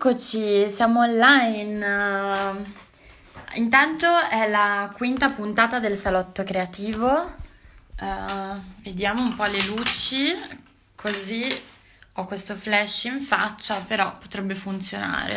Eccoci, siamo online. Intanto è la quinta puntata del Salotto Creativo. Vediamo un po' le luci, così ho questo flash in faccia, però potrebbe funzionare.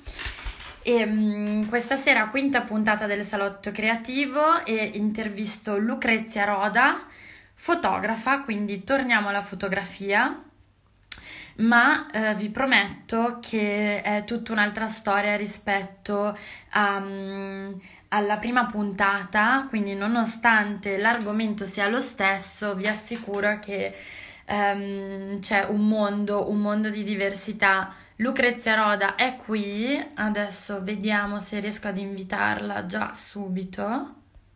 Questa sera, quinta puntata del Salotto Creativo, e intervisto Lucrezia Roda, fotografa, quindi torniamo alla fotografia. Ma vi prometto che è tutta un'altra storia rispetto alla prima puntata, quindi nonostante l'argomento sia lo stesso, vi assicuro che c'è un mondo di diversità. Lucrezia Roda è qui, adesso vediamo se riesco ad invitarla già subito.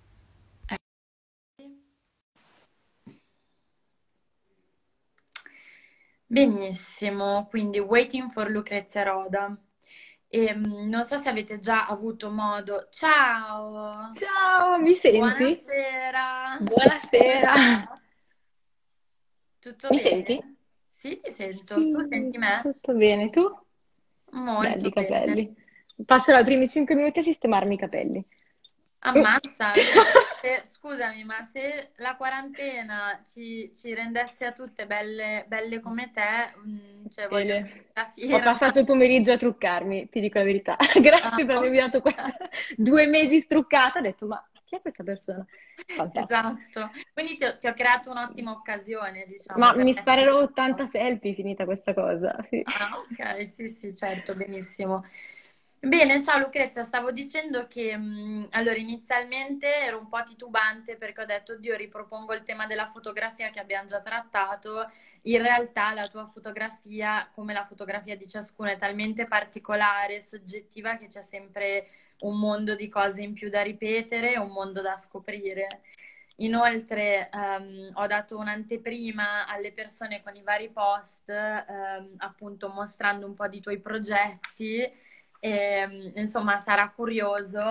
Benissimo, quindi Waiting for Lucrezia Roda. Non so se avete già avuto modo. Ciao! Ciao, mi senti? Buonasera! Come Buonasera. va? Tutto Mi senti? bene? Sì, ti sento. Tu Sì, senti me? tutto bene. Tu? Molto Belli bene. capelli. Passerò i primi 5 minuti a sistemarmi i capelli. Ammazza, scusami, ma se la quarantena ci rendesse a tutte belle come te, cioè voglio dire, Bene. la Ho firma. passato il pomeriggio a truccarmi, ti dico la verità. Ah, Grazie per avermi dato ok. 2 mesi struccata. Ho detto, ma chi è questa persona? Fantastico. Esatto, quindi ti ho creato un'ottima occasione, diciamo, Ma per mi mettere... sparerò 80 selfie finita questa cosa. Sì. Ah, ok, sì, sì, certo, benissimo. Bene, ciao Lucrezia, stavo dicendo che allora inizialmente ero un po' titubante perché ho detto, oddio, ripropongo il tema della fotografia che abbiamo già trattato. In realtà la tua fotografia, come la fotografia di ciascuno, è talmente particolare, soggettiva, che c'è sempre un mondo di cose in più da ripetere, un mondo da scoprire. Inoltre, ho dato un'anteprima alle persone con i vari post, appunto mostrando un po' di tuoi progetti e, insomma, sarà curioso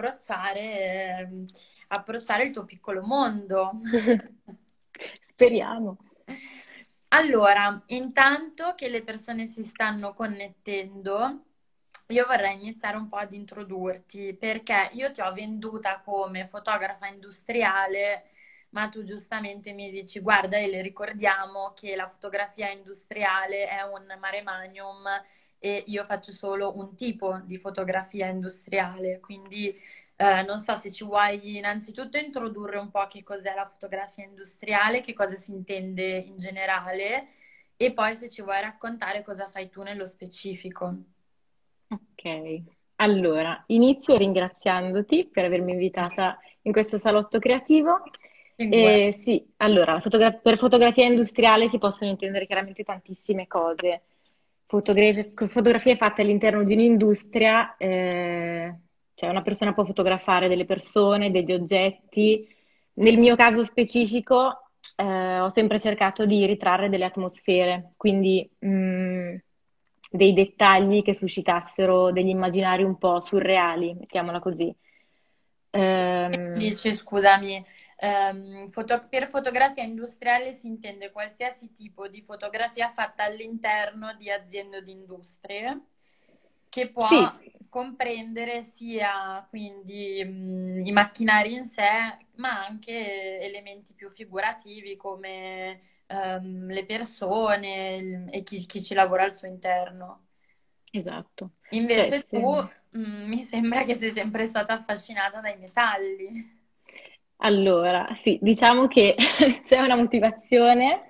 approcciare il tuo piccolo mondo. Speriamo. Allora, intanto che le persone si stanno connettendo, io vorrei iniziare un po' ad introdurti, perché io ti ho venduta come fotografa industriale, ma tu giustamente mi dici, guarda, e le ricordiamo che la fotografia industriale è un mare magnum e io faccio solo un tipo di fotografia industriale, quindi non so se ci vuoi innanzitutto introdurre un po' che cos'è la fotografia industriale, che cosa si intende in generale, e poi se ci vuoi raccontare cosa fai tu nello specifico. Ok, allora inizio ringraziandoti per avermi invitata in questo salotto creativo. Figurati. E sì, allora, per fotografia industriale si possono intendere chiaramente tantissime cose. Fotografie fatte all'interno di un'industria, cioè una persona può fotografare delle persone, degli oggetti. Nel mio caso specifico, ho sempre cercato di ritrarre delle atmosfere, quindi dei dettagli che suscitassero degli immaginari un po' surreali, mettiamola così. Ehm, Dici, scusami, per fotografia industriale si intende qualsiasi tipo di fotografia fatta all'interno di aziende o di industrie, che può sì, comprendere sia quindi i macchinari in sé, ma anche elementi più figurativi come le persone e chi ci lavora al suo interno. esatto. Cioè, Invece tu, mi sembra che sei sempre stata affascinata dai metalli. allora, sì, diciamo che c'è una motivazione.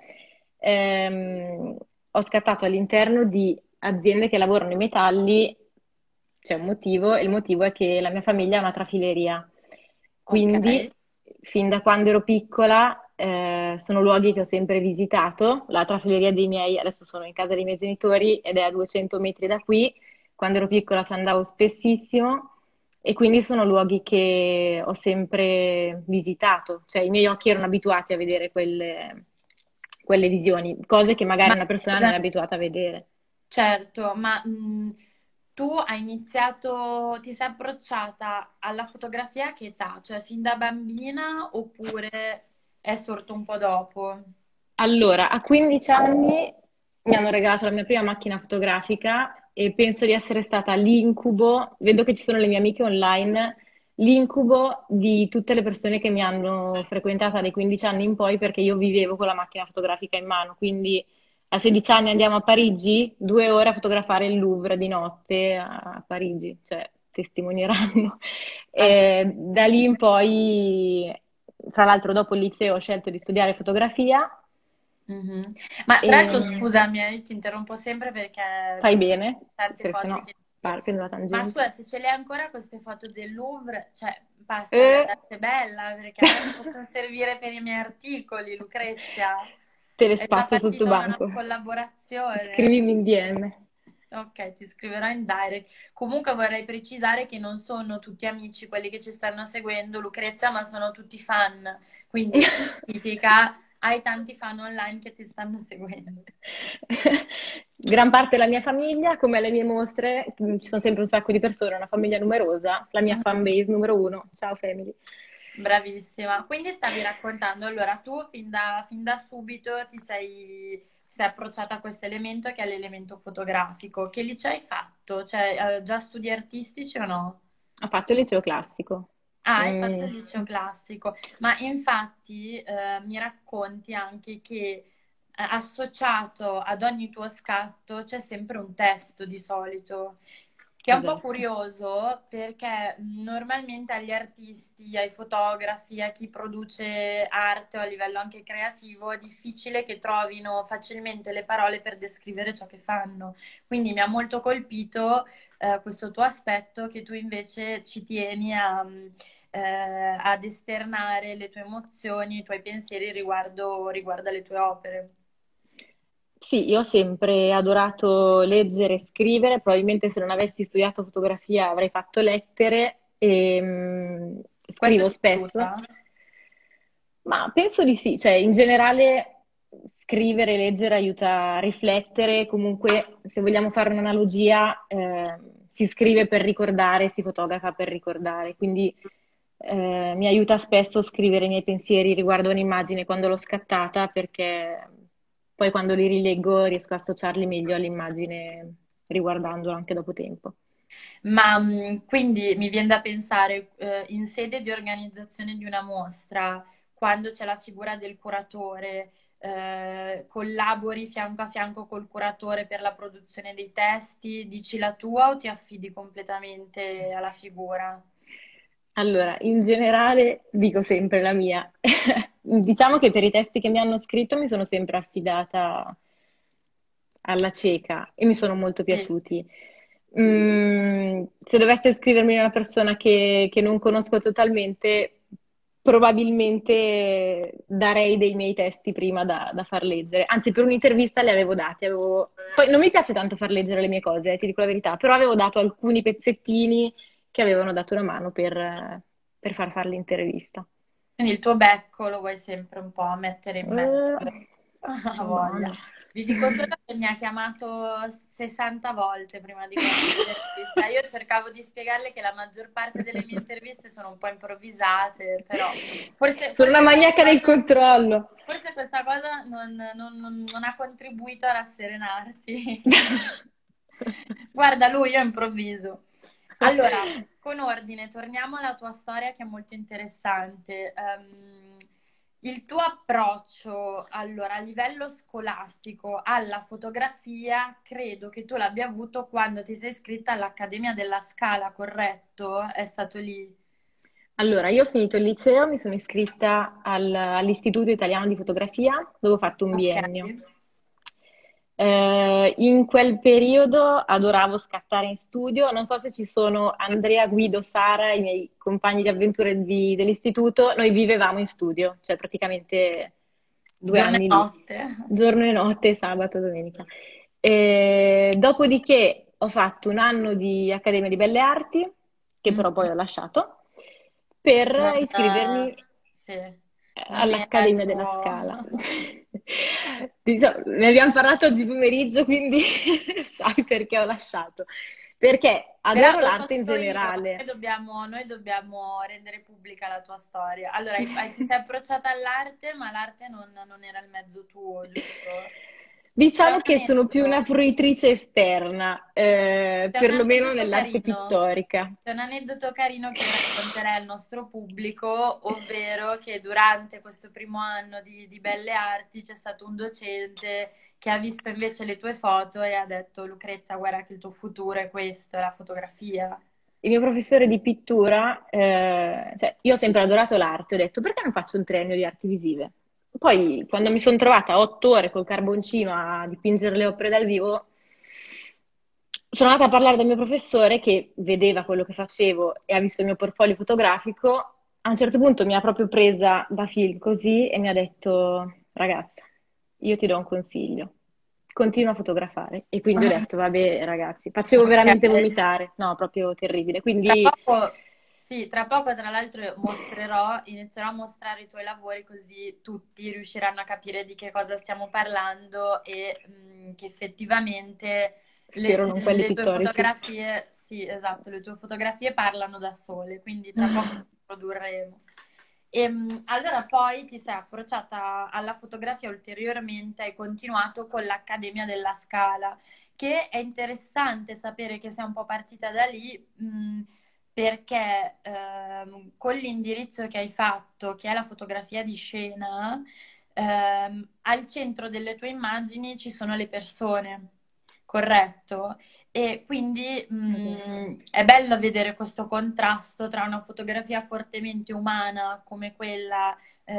Ho scattato all'interno di aziende che lavorano i metalli, c'è un motivo, e il motivo è che la mia famiglia è una trafileria. Ok, Quindi, fin da quando ero piccola, sono luoghi che ho sempre visitato. La trafileria dei miei, adesso sono in casa dei miei genitori ed è a 200 metri da qui. Quando ero piccola ci andavo spessissimo. E quindi sono luoghi che ho sempre visitato, cioè i miei occhi erano abituati a vedere quelle visioni, cose che magari ma una persona non è scusami, abituata a vedere. certo, ma tu hai iniziato, ti sei approcciata alla fotografia a che età? Cioè fin da bambina oppure è sorto un po' dopo? Allora, a 15 anni mi hanno regalato la mia prima macchina fotografica e penso di essere stata l'incubo, vedo che ci sono le mie amiche online, l'incubo di tutte le persone che mi hanno frequentata dai 15 anni in poi perché io vivevo con la macchina fotografica in mano, quindi a 16 anni andiamo a Parigi, 2 ore a fotografare il Louvre di notte a Parigi, cioè testimonieranno. E da lì in poi, tra l'altro dopo il liceo ho scelto di studiare fotografia Mhm. Ma tra l'altro, e scusami, io ti interrompo sempre perché fai mi bene, tante se cose no che dire. prendo la Ma tangente. scusa, se ce l'hai ancora queste foto del Louvre, cioè passale Eh, all'arte bella, perché a me possono servire per i miei articoli, Lucrezia. Te le È già spaccio sotto partita una banco. collaborazione. Scrivimi in DM. Ok, ti scriverò in direct. Comunque vorrei precisare che non sono tutti amici quelli che ci stanno seguendo, Lucrezia, ma sono tutti fan. Quindi il che significa hai tanti fan online che ti stanno seguendo. Gran parte della mia famiglia, come alle mie mostre, ci sono sempre un sacco di persone, una famiglia numerosa, la mia fan Mhm. base numero uno. Ciao family. Bravissima. Quindi stavi raccontando, allora tu fin da subito ti sei approcciata a questo elemento che è l'elemento fotografico. Che liceo hai fatto? Cioè, già studi artistici o no? Ho fatto il liceo classico. Ah, hai fatto Mm, il liceo classico, ma infatti mi racconti anche che associato ad ogni tuo scatto c'è sempre un testo di solito, che è un po' esatto. curioso perché normalmente agli artisti, ai fotografi, a chi produce arte o a livello anche creativo è difficile che trovino facilmente le parole per descrivere ciò che fanno. Quindi mi ha molto colpito questo tuo aspetto che tu invece ci tieni ad esternare le tue emozioni, i tuoi pensieri riguardo alle tue opere. Sì, io ho sempre adorato leggere e scrivere, probabilmente se non avessi studiato fotografia avrei fatto lettere e Questo scrivo ti spesso, aiuta? ma penso di sì, cioè in generale scrivere e leggere aiuta a riflettere, comunque se vogliamo fare un'analogia, si scrive per ricordare, si fotografa per ricordare, quindi mi aiuta spesso scrivere i miei pensieri riguardo a un'immagine quando l'ho scattata, perché poi quando li rileggo riesco a associarli meglio all'immagine riguardandola anche dopo tempo. Ma quindi mi viene da pensare, in sede di organizzazione di una mostra, quando c'è la figura del curatore, collabori fianco a fianco col curatore per la produzione dei testi, dici la tua o ti affidi completamente alla figura? Allora, in generale dico sempre la mia. Diciamo che per i testi che mi hanno scritto mi sono sempre affidata alla cieca e mi sono molto Sì. piaciuti. Se dovesse scrivermi una persona che non conosco totalmente, probabilmente darei dei miei testi prima da far leggere. Anzi, per un'intervista li avevo dati. Poi non mi piace tanto far leggere le mie cose, ti dico la verità, però avevo dato alcuni pezzettini che avevano dato una mano per far fare l'intervista. Quindi il tuo becco lo vuoi sempre un po' mettere in mezzo. Ah, voglia. Madonna. Vi dico solo che mi ha chiamato 60 volte prima di questa intervista. Io cercavo di spiegarle che la maggior parte delle mie interviste sono un po' improvvisate, però Sono una maniaca del controllo. forse questa cosa non ha contribuito a rasserenarti. Guarda, lui, io improvviso. Allora, con ordine, torniamo alla tua storia che è molto interessante. Il tuo approccio, allora, a livello scolastico alla fotografia, credo che tu l'abbia avuto quando ti sei iscritta all'Accademia della Scala, corretto? È stato lì. Allora, io ho finito il liceo, mi sono iscritta all'Istituto Italiano di Fotografia, dove ho fatto un Ok. biennio. In quel periodo adoravo scattare in studio, non so se ci sono Andrea, Guido, Sara, i miei compagni di avventure dell'istituto, noi vivevamo in studio, cioè praticamente due Giorno e anni lì, notte. giorno e notte, sabato e domenica. Dopodiché ho fatto un anno di Accademia di Belle Arti, che però poi Mhm. ho lasciato, per Non, iscrivermi sì, non era il all'Accademia della tuo... Scala. Diciamo, ne abbiamo parlato oggi pomeriggio, quindi sai perché ho lasciato. Perché Però adoro lo so l'arte in solo io, generale. noi dobbiamo rendere pubblica la tua storia. Allora, ti sei approcciata all'arte, ma l'arte non era il mezzo tuo, giusto? C'è Diciamo un che sono più una aneddoto. fruitrice esterna, C'è un perlomeno aneddoto nell'arte carino, pittorica. c'è un aneddoto carino che io racconterei al nostro pubblico, ovvero che durante questo primo anno di Belle Arti c'è stato un docente che ha visto invece le tue foto e ha detto: Lucrezia, guarda che il tuo futuro è questo, è la fotografia. Il mio professore di pittura, cioè io ho sempre adorato l'arte, ho detto perché non faccio un triennio di arti visive? Poi quando mi sono trovata 8 ore col carboncino a dipingere le opere dal vivo, sono andata a parlare del mio professore che vedeva quello che facevo e ha visto il mio portfolio fotografico. A un certo punto mi ha proprio presa da fil così e mi ha detto, ragazza, io ti do un consiglio, continua a fotografare. E quindi ho detto, vabbè ragazzi, facevo veramente Ok. vomitare, no, proprio terribile. Tra Quindi poco, sì, tra poco tra l'altro inizierò a mostrare i tuoi lavori così tutti riusciranno a capire di che cosa stiamo parlando e che effettivamente spero non quelli le tue pittorici. fotografie, sì, esatto, le tue fotografie parlano da sole, quindi tra poco le produrremo. Allora poi ti sei approcciata alla fotografia ulteriormente, hai continuato con l'Accademia della Scala, che è interessante sapere che sei un po' partita da lì, perché con l'indirizzo che hai fatto, che è la fotografia di scena, al centro delle tue immagini ci sono le persone, corretto? E quindi È vero. è bello vedere questo contrasto tra una fotografia fortemente umana come quella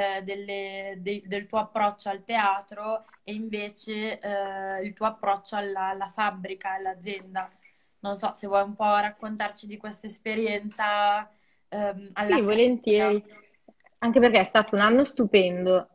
del tuo approccio al teatro e invece il tuo approccio alla fabbrica, all'azienda. Non so se vuoi un po' raccontarci di questa esperienza Sì, all'Accademia. volentieri, anche perché è stato un anno stupendo.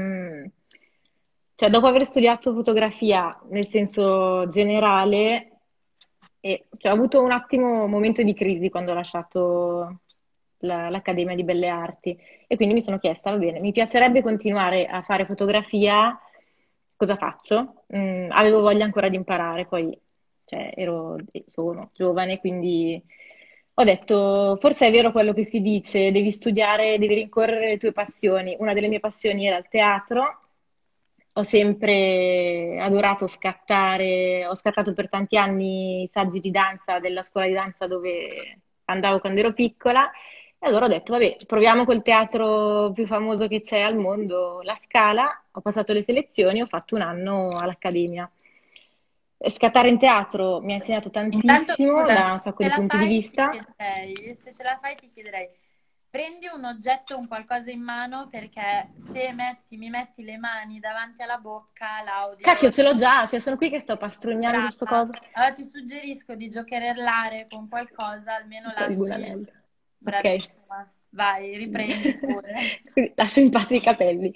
Cioè, dopo aver studiato fotografia nel senso generale, cioè, ho avuto un attimo un momento di crisi quando ho lasciato l'Accademia di Belle Arti e quindi mi sono chiesta, va bene, mi piacerebbe continuare a fare fotografia, cosa faccio? Avevo voglia ancora di imparare, poi cioè, sono giovane, quindi ho detto, forse è vero quello che si dice, devi studiare, devi rincorrere le tue passioni. Una delle mie passioni era il teatro, ho sempre adorato scattare, ho scattato per tanti anni i saggi di danza della scuola di danza dove andavo quando ero piccola. E allora ho detto, vabbè, proviamo col teatro più famoso che c'è al mondo, La Scala. Ho passato le selezioni, ho fatto un anno all'Accademia. E scattare in teatro mi ha insegnato Intanto, tantissimo scusami, da un se sacco ce di la punti di fai ti vista. chiederei, se ce la fai ti chiederei, prendi un oggetto, un qualcosa in mano, perché se mi metti le mani davanti alla bocca, l'audio Cacchio, ce l'ho già, cioè sono qui che sto a pastrugnare questo brava. coso. Allora ti suggerisco di giocherellare con qualcosa, almeno Tolgo lasci... l'anello. Ok. Bravissima. Vai, riprendi pure. Quindi lascio in pace i capelli.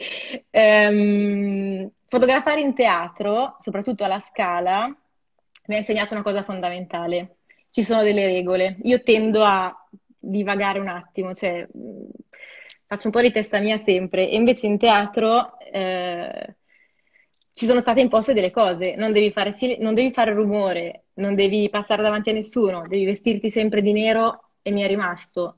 Fotografare in teatro, soprattutto alla Scala, mi ha insegnato una cosa fondamentale. Ci sono delle regole. Io tendo a divagare un attimo, cioè faccio un po' di testa mia sempre, e invece in teatro ci sono state imposte delle cose. Non devi fare rumore, non devi passare davanti a nessuno, devi vestirti sempre di nero e mi è rimasto.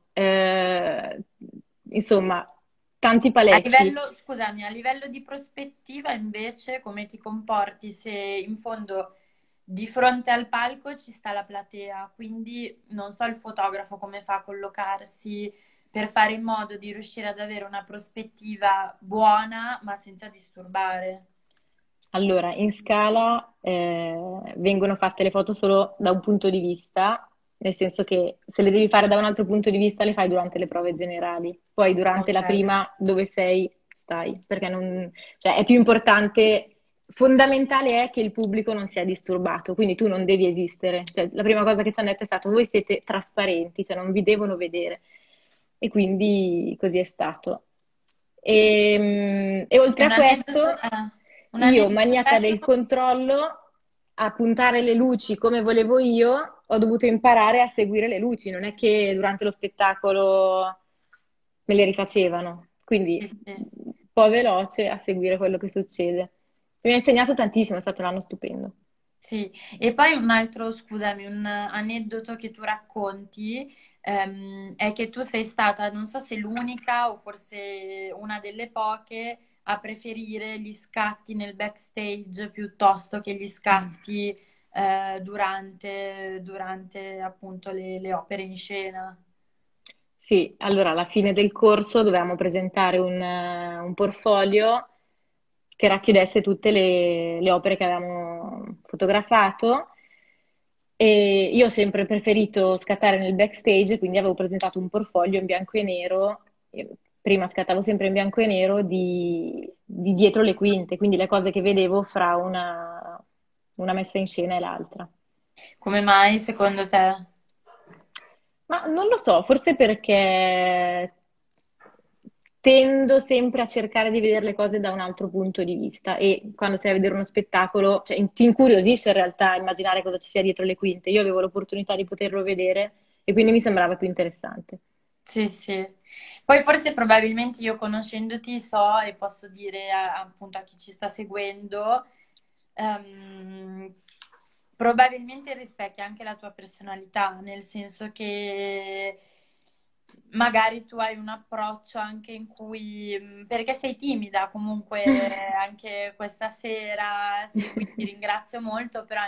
Insomma, tanti A paletti. livello, scusami, a livello di prospettiva invece come ti comporti se in fondo di fronte al palco ci sta la platea, quindi non so il fotografo come fa a collocarsi per fare in modo di riuscire ad avere una prospettiva buona ma senza disturbare. Allora, in Scala vengono fatte le foto solo da un punto di vista, nel senso che se le devi fare da un altro punto di vista le fai durante le prove generali, poi durante Ok. la prima dove sei, stai, perché cioè, è più importante, fondamentale è che il pubblico non sia disturbato, quindi tu non devi esistere. Cioè, la prima cosa che ci hanno detto è stato voi siete trasparenti, cioè non vi devono vedere. E quindi così è stato. E È oltre a questo, un io, aneddoto maniaca bello. del controllo, a puntare le luci come volevo io, ho dovuto imparare a seguire le luci, non è che durante lo spettacolo me le rifacevano, quindi Sì, sì. un po' veloce a seguire quello che succede. Mi ha insegnato tantissimo, è stato un anno stupendo. Sì, e poi un altro, scusami, un aneddoto che tu racconti è che tu sei stata, non so se l'unica o forse una delle poche a preferire gli scatti nel backstage piuttosto che gli scatti durante appunto le opere in scena. Sì, allora alla fine del corso dovevamo presentare un portfolio che racchiudesse tutte le opere che avevamo fotografato e io ho sempre preferito scattare nel backstage, quindi avevo presentato un portfolio in bianco e nero. Prima scattavo sempre in bianco e nero di dietro le quinte, quindi le cose che vedevo fra una messa in scena e l'altra. Come mai, secondo te? Ma non lo so, forse perché tendo sempre a cercare di vedere le cose da un altro punto di vista e quando sei a vedere uno spettacolo, cioè, ti incuriosisce in realtà immaginare cosa ci sia dietro le quinte. Io avevo l'opportunità di poterlo vedere e quindi mi sembrava più interessante. Sì, sì. Poi forse probabilmente io conoscendoti so e posso dire appunto a chi ci sta seguendo, ehm, probabilmente rispecchia anche la tua personalità, nel senso che magari tu hai un approccio anche in cui, perché sei timida comunque anche questa sera, sì, quindi ti ringrazio molto, però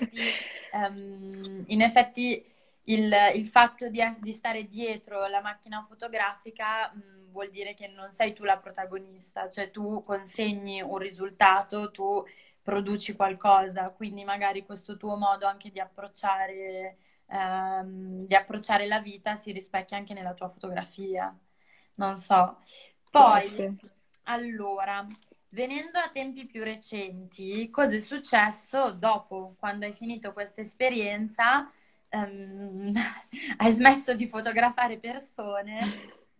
in effetti il fatto di stare dietro la macchina fotografica, vuol dire che non sei tu la protagonista, cioè tu consegni un risultato, tu produci qualcosa, quindi magari questo tuo modo anche di approcciare la vita si rispecchia anche nella tua fotografia. Non so. Può Poi, essere. allora, venendo a tempi più recenti, cosa è successo dopo, quando hai finito questa esperienza? ehm, Hai smesso di fotografare persone?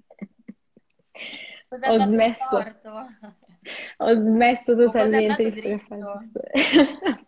Cos'è Ho andato smesso, storto? ho smesso O cos'è totalmente andato di fotografare dritto? persone.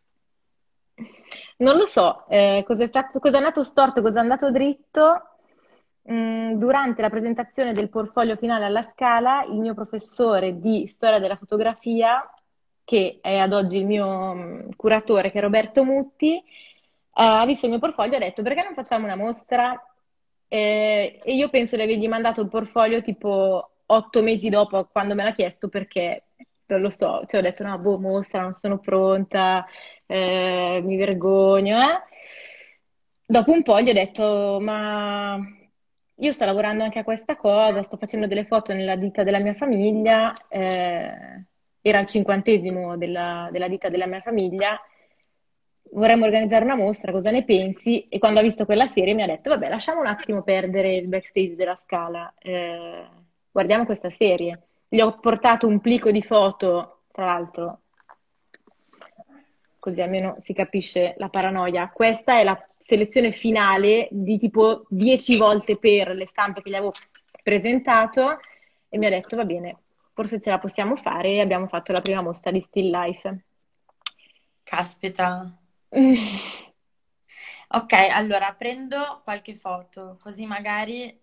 Non lo so, cosa è andato storto, cosa è andato dritto. Durante la presentazione del portfolio finale alla Scala, il mio professore di storia della fotografia, che è ad oggi il mio curatore, che è Roberto Mutti, ha visto il mio portfolio e ha detto perché non facciamo una mostra? E io penso di avergli mandato il portfolio tipo 8 mesi dopo, quando me l'ha chiesto, perché non lo so, cioè ho detto no, boh, mostra, non sono pronta, mi vergogno, eh. Dopo un po' gli ho detto, ma io sto lavorando anche a questa cosa, sto facendo delle foto nella ditta della mia famiglia, era il 50° della ditta della mia famiglia, vorremmo organizzare una mostra, cosa ne pensi? E quando ha visto quella serie mi ha detto, vabbè, lasciamo un attimo perdere il backstage della Scala, guardiamo questa serie. Gli ho portato un plico di foto, tra l'altro, così almeno si capisce la paranoia. Questa è la selezione finale di tipo 10 volte per le stampe che gli avevo presentato e mi ha detto, va bene, forse ce la possiamo fare e abbiamo fatto la prima mostra di Still Life. Caspita. Ok, allora prendo qualche foto, così magari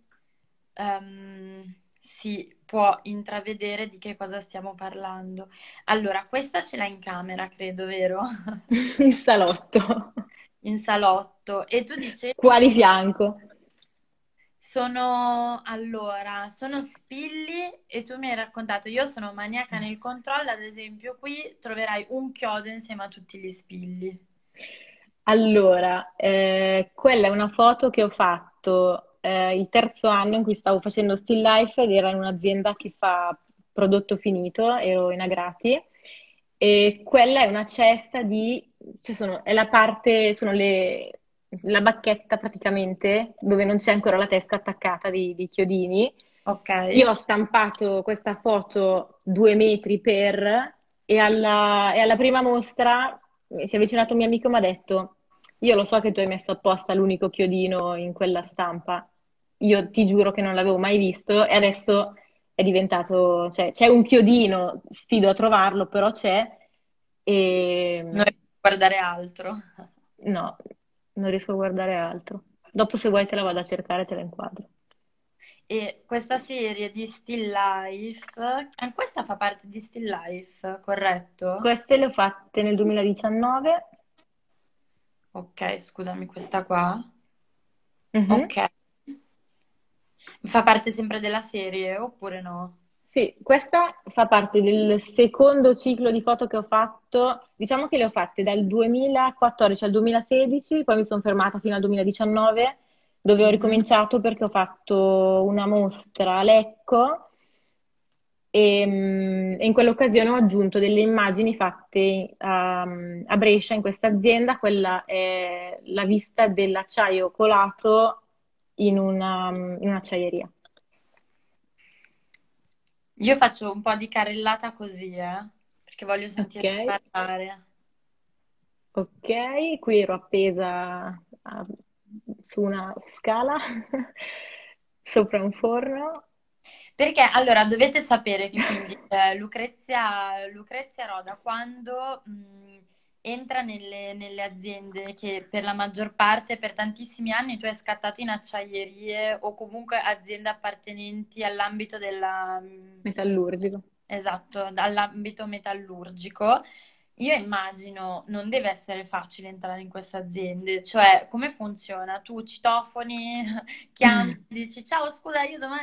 si può intravedere di che cosa stiamo parlando. Allora, questa ce l'hai in camera, credo, vero? Il salotto. In salotto. E tu dicevi Qua di che fianco. sono spilli e tu mi hai raccontato, io sono maniaca nel controllo, ad esempio qui troverai un chiodo insieme a tutti gli spilli. Allora, quella è una foto che ho fatto il terzo anno in cui stavo facendo Still Life ed era in un'azienda che fa prodotto finito, ero in Agrati, e quella è una cesta cioè è la parte, la bacchetta praticamente, dove non c'è ancora la testa attaccata di chiodini. Ok? Io ho stampato questa foto 2 metri e alla prima mostra si è avvicinato un mio amico e mi ha detto: Io lo so che tu hai messo apposta l'unico chiodino in quella stampa. Io ti giuro che non l'avevo mai visto e adesso è diventato, cioè, c'è un chiodino, sfido a trovarlo, però c'è. Non E riesco a guardare altro. no, non riesco a guardare altro. Dopo, se vuoi, te la vado a cercare e te la inquadro. E questa serie di Still Life, questa fa parte di Still Life, corretto? Queste le ho fatte nel 2019. Ok, scusami, questa qua. Mhm. Ok. Fa parte sempre della serie oppure no? Sì, questa fa parte del secondo ciclo di foto che ho fatto. Diciamo che le ho fatte dal 2014 al 2016, poi mi sono fermata fino al 2019, dove ho Mhm. ricominciato perché ho fatto una mostra a Lecco e in quell'occasione ho aggiunto delle immagini fatte a Brescia, in questa azienda. Quella è la vista dell'acciaio colato in un'acciaieria. Io faccio un po' di carrellata così, perché voglio Ok, sentirti parlare. ok, qui ero appesa su una scala sopra un forno. Perché allora dovete sapere che quindi Lucrezia Roda quando entra nelle aziende che per la maggior parte, per tantissimi anni tu hai scattato in acciaierie o comunque aziende appartenenti all'ambito Metallurgico. esatto, dall'ambito metallurgico. Io immagino non deve essere facile entrare in queste aziende, cioè come funziona? Tu citofoni, chiami, dici ciao, scusa,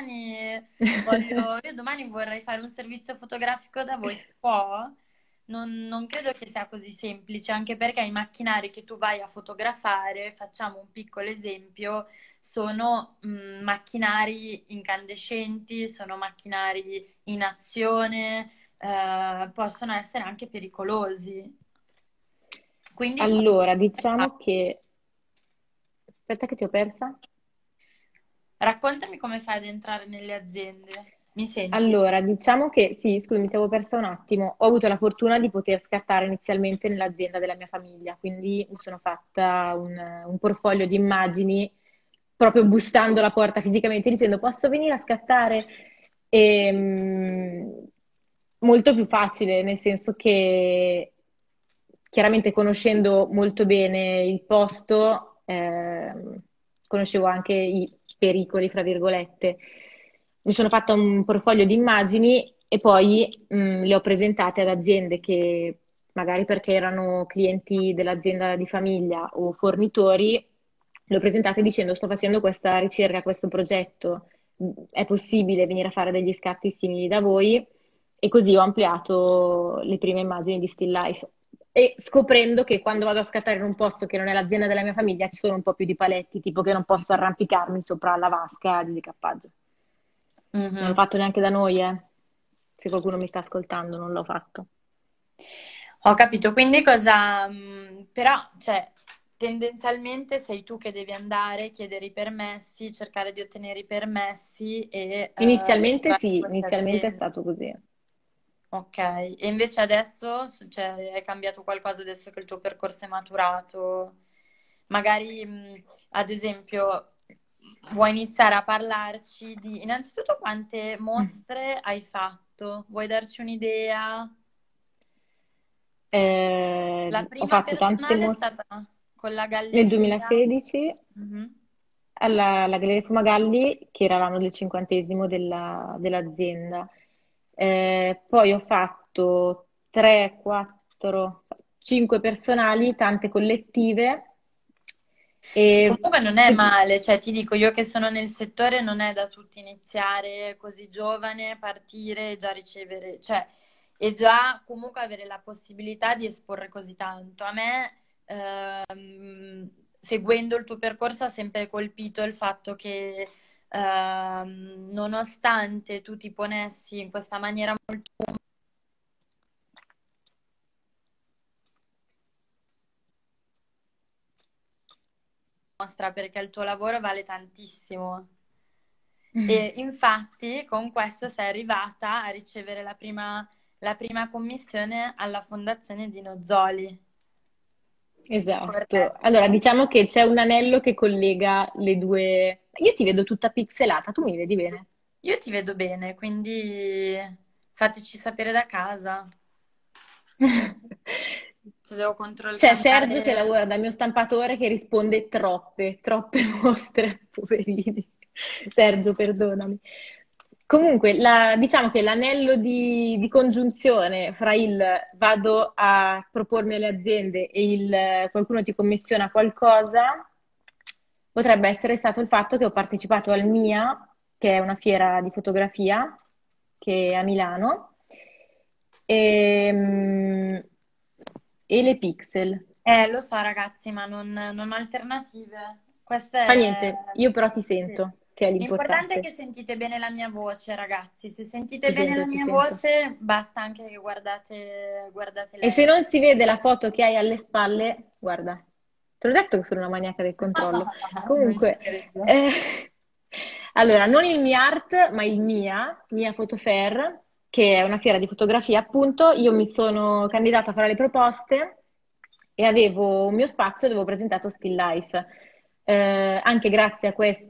io domani vorrei fare un servizio fotografico da voi, si può? Non credo che sia così semplice, anche perché i macchinari che tu vai a fotografare, facciamo un piccolo esempio, sono macchinari incandescenti, sono macchinari in azione, possono essere anche pericolosi. Quindi Allora, diciamo che... Aspetta che ti ho persa. raccontami come fai ad entrare nelle aziende. Mi senti? Allora, diciamo che sì, scusami, ti avevo persa un attimo. Ho avuto la fortuna di poter scattare inizialmente nell'azienda della mia famiglia, quindi mi sono fatta un portfolio di immagini proprio bussando alla porta fisicamente dicendo posso venire a scattare? E, molto più facile, nel senso che chiaramente conoscendo molto bene il posto, conoscevo anche i pericoli, fra virgolette. Mi sono fatta un portfolio di immagini e poi le ho presentate ad aziende che magari perché erano clienti dell'azienda di famiglia o fornitori, le ho presentate dicendo sto facendo questa ricerca, questo progetto, è possibile venire a fare degli scatti simili da voi? E così ho ampliato le prime immagini di still life. E scoprendo che quando vado a scattare in un posto che non è l'azienda della mia famiglia ci sono un po' più di paletti, tipo che non posso arrampicarmi sopra la vasca di decappaggio. Non l'ho Mhm. fatto neanche da noi, eh. Se qualcuno mi sta ascoltando, non l'ho fatto. Ho capito, quindi cosa... però, cioè, tendenzialmente sei tu che devi andare, chiedere i permessi, cercare di ottenere i permessi e Inizialmente entrare in sì, queste inizialmente è aziende. stato così. Ok, e invece adesso, cioè, è cambiato qualcosa adesso che il tuo percorso è maturato? Magari, ad esempio, vuoi iniziare a parlarci di innanzitutto quante mostre hai fatto? Vuoi darci un'idea? La Ho prima fatto tante personale è mostre stata con la nel galleria. 2016 Mhm. alla Galleria Fumagalli, che era l'anno del cinquantesimo dell'azienda. Poi ho fatto 3, 4, 5 personali, tante collettive. Che E comunque non è se- male, cioè ti dico, io che sono nel settore non è da tutti iniziare così giovane, partire e già ricevere, cioè, e già comunque avere la possibilità di esporre così tanto. A me, seguendo il tuo percorso, ha sempre colpito il fatto che, nonostante tu ti ponessi in questa maniera molto mostra, perché il tuo lavoro vale tantissimo. E infatti con questo sei arrivata a ricevere la prima commissione alla Fondazione di Nozzoli, Esatto. Allora, corretto? diciamo che c'è un anello che collega le due. Io ti vedo tutta pixelata, tu mi vedi bene? Io ti vedo bene, quindi fateci sapere da casa se devo C'è Sergio che cambiare. lavora dal mio stampatore che risponde troppe, troppe mostre, poverini. Sergio, perdonami. Comunque, diciamo che l'anello di congiunzione fra il vado a propormi alle aziende e il qualcuno ti commissiona qualcosa potrebbe essere stato il fatto che ho partecipato al MIA, che è una fiera di fotografia, che è a Milano, e, e le Pixel. Lo so ragazzi, ma non ho alternative. Questa Fa è... niente, io però ti sì. sento, che è L'importante è che l'importante. sentite bene la mia voce, ragazzi. Se sentite Ti bene sento, la ti mia sento. voce, basta anche che guardate E se lei. non si vede la foto che hai alle spalle, guarda, te l'ho detto che sono una maniaca del controllo. Non ci Comunque, credo. eh, allora, non il MiArt, ma il Mia Photo Fair, che è una fiera di fotografia, appunto. Io mi sono candidata a fare le proposte e avevo un mio spazio dove ho presentato Still Life. Anche grazie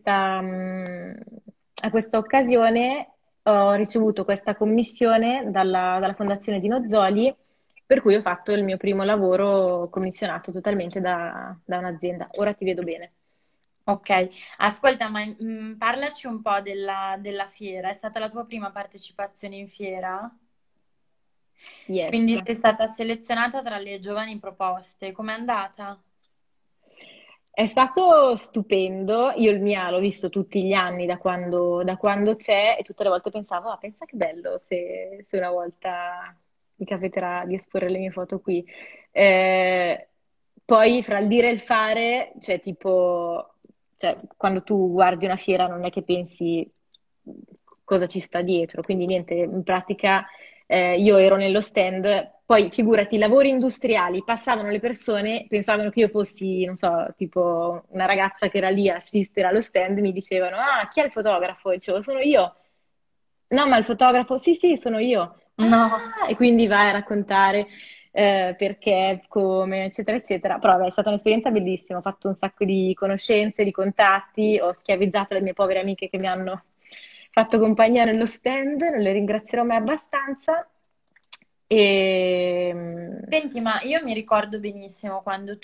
a questa occasione ho ricevuto questa commissione dalla Fondazione Dino Zoli, per cui ho fatto il mio primo lavoro commissionato totalmente da un'azienda. Ora ti vedo bene. Ok, ascolta, ma parlaci un po' della fiera. È stata la tua prima partecipazione in fiera? Yes. Quindi sei stata selezionata tra le giovani proposte. Com'è andata? È stato stupendo. Io il MIA l'ho visto tutti gli anni da quando c'è e tutte le volte pensavo, ah, pensa che bello se una volta mi capiterà di esporre le mie foto qui. Eh, Poi fra il dire e il fare, cioè tipo, cioè, quando tu guardi una fiera non è che pensi cosa ci sta dietro, quindi niente, in pratica io ero nello stand, poi figurati, lavori industriali, passavano le persone, pensavano che io fossi, non so, tipo una ragazza che era lì a assistere allo stand, mi dicevano, ah, chi è il fotografo? E dicevo, sono io. No, ma il fotografo, sì, sì, sono io. No. Ah, e quindi vai a raccontare perché, come, eccetera, eccetera. Però vabbè, è stata un'esperienza bellissima, ho fatto un sacco di conoscenze, di contatti, ho schiavizzato le mie povere amiche che mi hanno fatto compagnia nello stand, non le ringrazierò mai abbastanza. E... Senti, ma io mi ricordo benissimo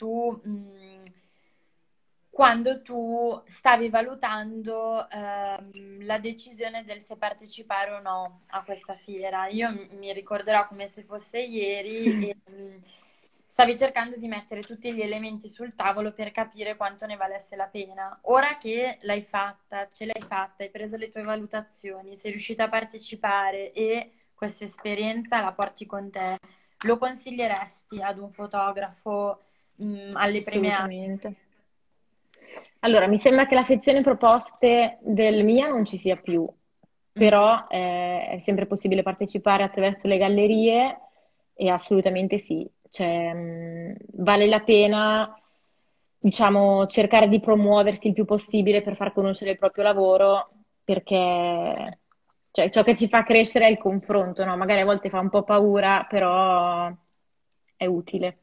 quando tu stavi valutando la decisione del se partecipare o no a questa fiera. Io mi ricorderò come se fosse ieri e stavi cercando di mettere tutti gli elementi sul tavolo per capire quanto ne valesse la pena. Ora che l'hai fatta, ce l'hai fatta, hai preso le tue valutazioni, sei riuscita a partecipare e questa esperienza la porti con te, lo consiglieresti ad un fotografo, alle prime armi? Assolutamente. Allora, mi sembra che la sezione proposte del MIA non ci sia più, Mhm. però è sempre possibile partecipare attraverso le gallerie e assolutamente sì, cioè, vale la pena, diciamo, cercare di promuoversi il più possibile per far conoscere il proprio lavoro, perché cioè, ciò che ci fa crescere è il confronto, no? Magari a volte fa un po' paura, però è utile,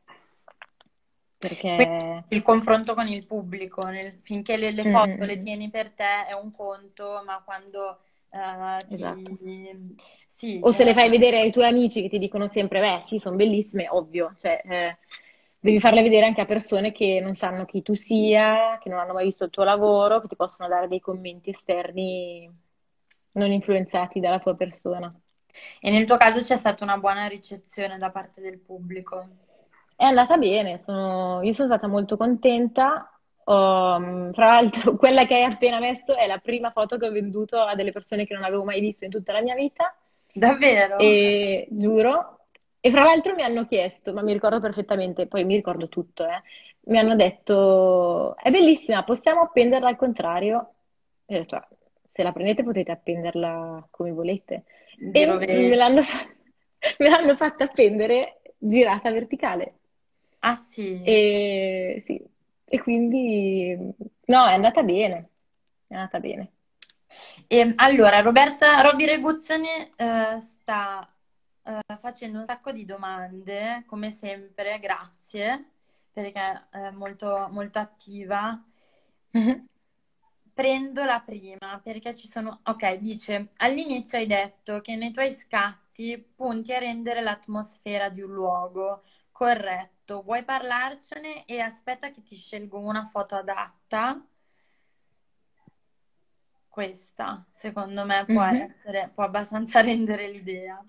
Quindi perché... il confronto con il pubblico, finché le Mm, foto mm, le mm, tieni per te è un conto, ma quando esatto. sì, O se le fai vedere ai tuoi amici che ti dicono sempre, beh, sì, sono bellissime, ovvio, cioè, devi farle vedere anche a persone che non sanno chi tu sia, che non hanno mai visto il tuo lavoro, che ti possono dare dei commenti esterni non influenzati dalla tua persona. e nel tuo caso c'è stata una buona ricezione da parte del pubblico. È andata bene, io sono stata molto contenta. Fra l'altro, quella che hai appena messo è la prima foto che ho venduto a delle persone che non avevo mai visto in tutta la mia vita, Davvero? e giuro. E fra l'altro mi hanno chiesto, ma mi ricordo perfettamente, poi mi ricordo tutto, mi hanno detto, è bellissima, possiamo appenderla al contrario? E ho detto, "Ah, se la prendete potete appenderla come volete." Di E rovescio. me l'hanno fatta appendere girata verticale. Ah sì? E, sì. E quindi, no, è andata bene, è andata bene. E, allora, Roby Reguzzoni sta facendo un sacco di domande, come sempre, grazie, perché è molto, molto attiva. Mhm. Prendo la prima perché ci sono... Ok, dice, all'inizio hai detto che nei tuoi scatti punti a rendere l'atmosfera di un luogo. Corretto, vuoi parlarcene e aspetta che ti scelgo una foto adatta. Questa, secondo me, Mhm. può abbastanza rendere l'idea.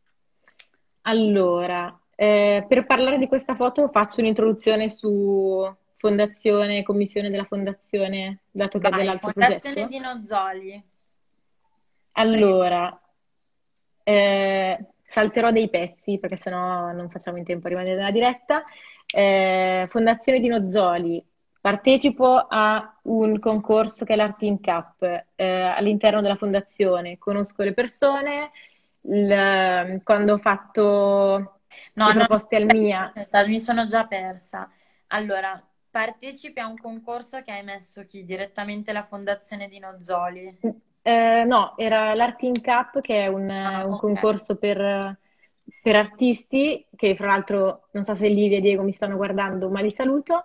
Allora, per parlare di questa foto faccio un'introduzione su fondazione, commissione della fondazione, dato che è Vai, dell'altro Fondazione progetto. Dino Zoli, prego. Allora, salterò dei pezzi perché sennò non facciamo in tempo a rimanere nella diretta. Fondazione Dino Zoli, partecipo a un concorso che è l'Artin Cup, all'interno della fondazione, conosco le persone, quando ho fatto No, le no, no, proposte al MIA. aspetta, mi sono già persa. Allora, partecipi a un concorso che hai messo chi? Direttamente la Fondazione di Nozzoli. No, era l'Artin Cup, che è Ah, un ok. concorso per artisti, che fra l'altro non so se Livia e Diego mi stanno guardando, ma li saluto.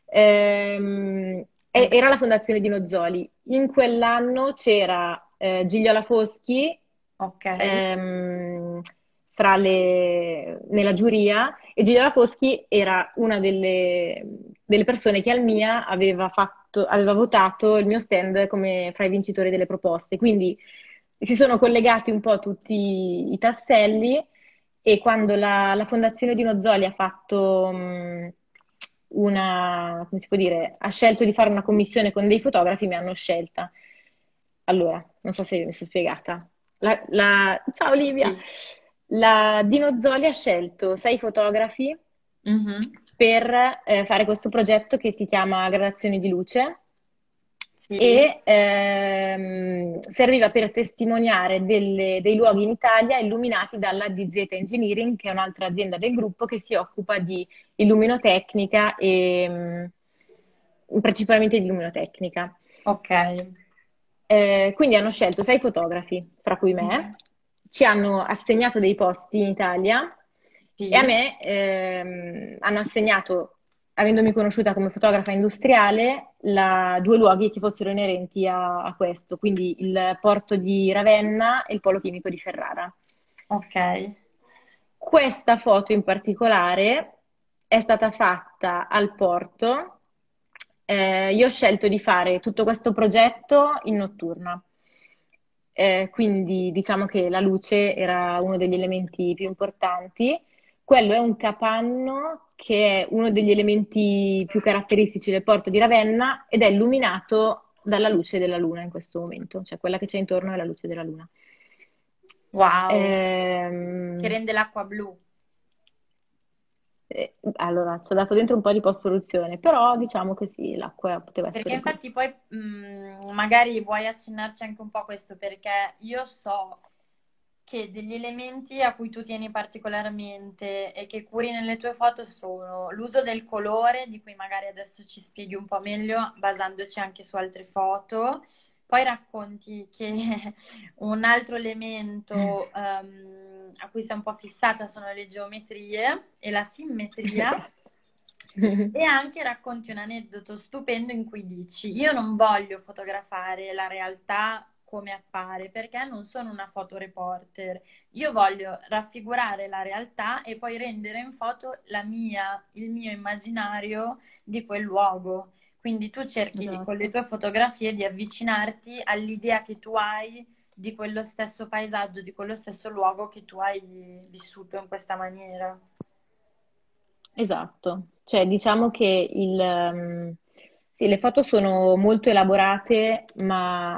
Ok. Era la fondazione di Nozzoli. In quell'anno c'era Gigliola Foschi Ok. ehm, nella giuria e Gigliola Foschi era una delle persone che al MIA aveva votato il mio stand come fra i vincitori delle proposte. Quindi si sono collegati un po' tutti i tasselli e quando la Fondazione di Nozzoli ha fatto come si può dire, ha scelto di fare una commissione con dei fotografi, mi hanno scelta. Allora, non so se mi sono spiegata. Ciao Olivia! Sì. La Dino Zoli ha scelto 6 fotografi Mhm. per fare questo progetto che si chiama Gradazioni di luce Sì. e serviva per testimoniare dei luoghi in Italia illuminati dalla DZ Engineering, che è un'altra azienda del gruppo che si occupa di illuminotecnica e principalmente di illuminotecnica. Ok. Quindi hanno scelto 6 fotografi, fra cui me, Mhm. ci hanno assegnato dei posti in Italia e a Sì. me hanno assegnato, avendomi conosciuta come fotografa industriale, 2 luoghi che fossero inerenti a questo, quindi il porto di Ravenna e il polo chimico di Ferrara. Ok. Questa foto in particolare è stata fatta al porto. Io ho scelto di fare tutto questo progetto in notturna. Quindi diciamo che la luce era uno degli elementi più importanti. Quello è un capanno che è uno degli elementi più caratteristici del porto di Ravenna ed è illuminato dalla luce della luna in questo momento, cioè quella che c'è intorno è la luce della luna. Wow. Che Ehm, rende l'acqua blu. allora, ci ho dato dentro un po' di post-produzione, però diciamo che sì, l'acqua poteva Perché essere blu. infatti poi magari vuoi accennarci anche un po' a questo, perché io so che degli elementi a cui tu tieni particolarmente e che curi nelle tue foto sono l'uso del colore, di cui magari adesso ci spieghi un po' meglio, basandoci anche su altre foto. Poi racconti che un altro elemento a cui sei un po' fissata sono le geometrie e la simmetria. E anche racconti un aneddoto stupendo in cui dici: Io non voglio fotografare la realtà come appare perché non sono una fotoreporter. Io voglio raffigurare la realtà e poi rendere in foto il mio immaginario di quel luogo. Quindi tu cerchi con le Esatto. tue fotografie di avvicinarti all'idea che tu hai di quello stesso paesaggio, di quello stesso luogo che tu hai vissuto in questa maniera. Esatto, cioè diciamo che sì, le foto sono molto elaborate, ma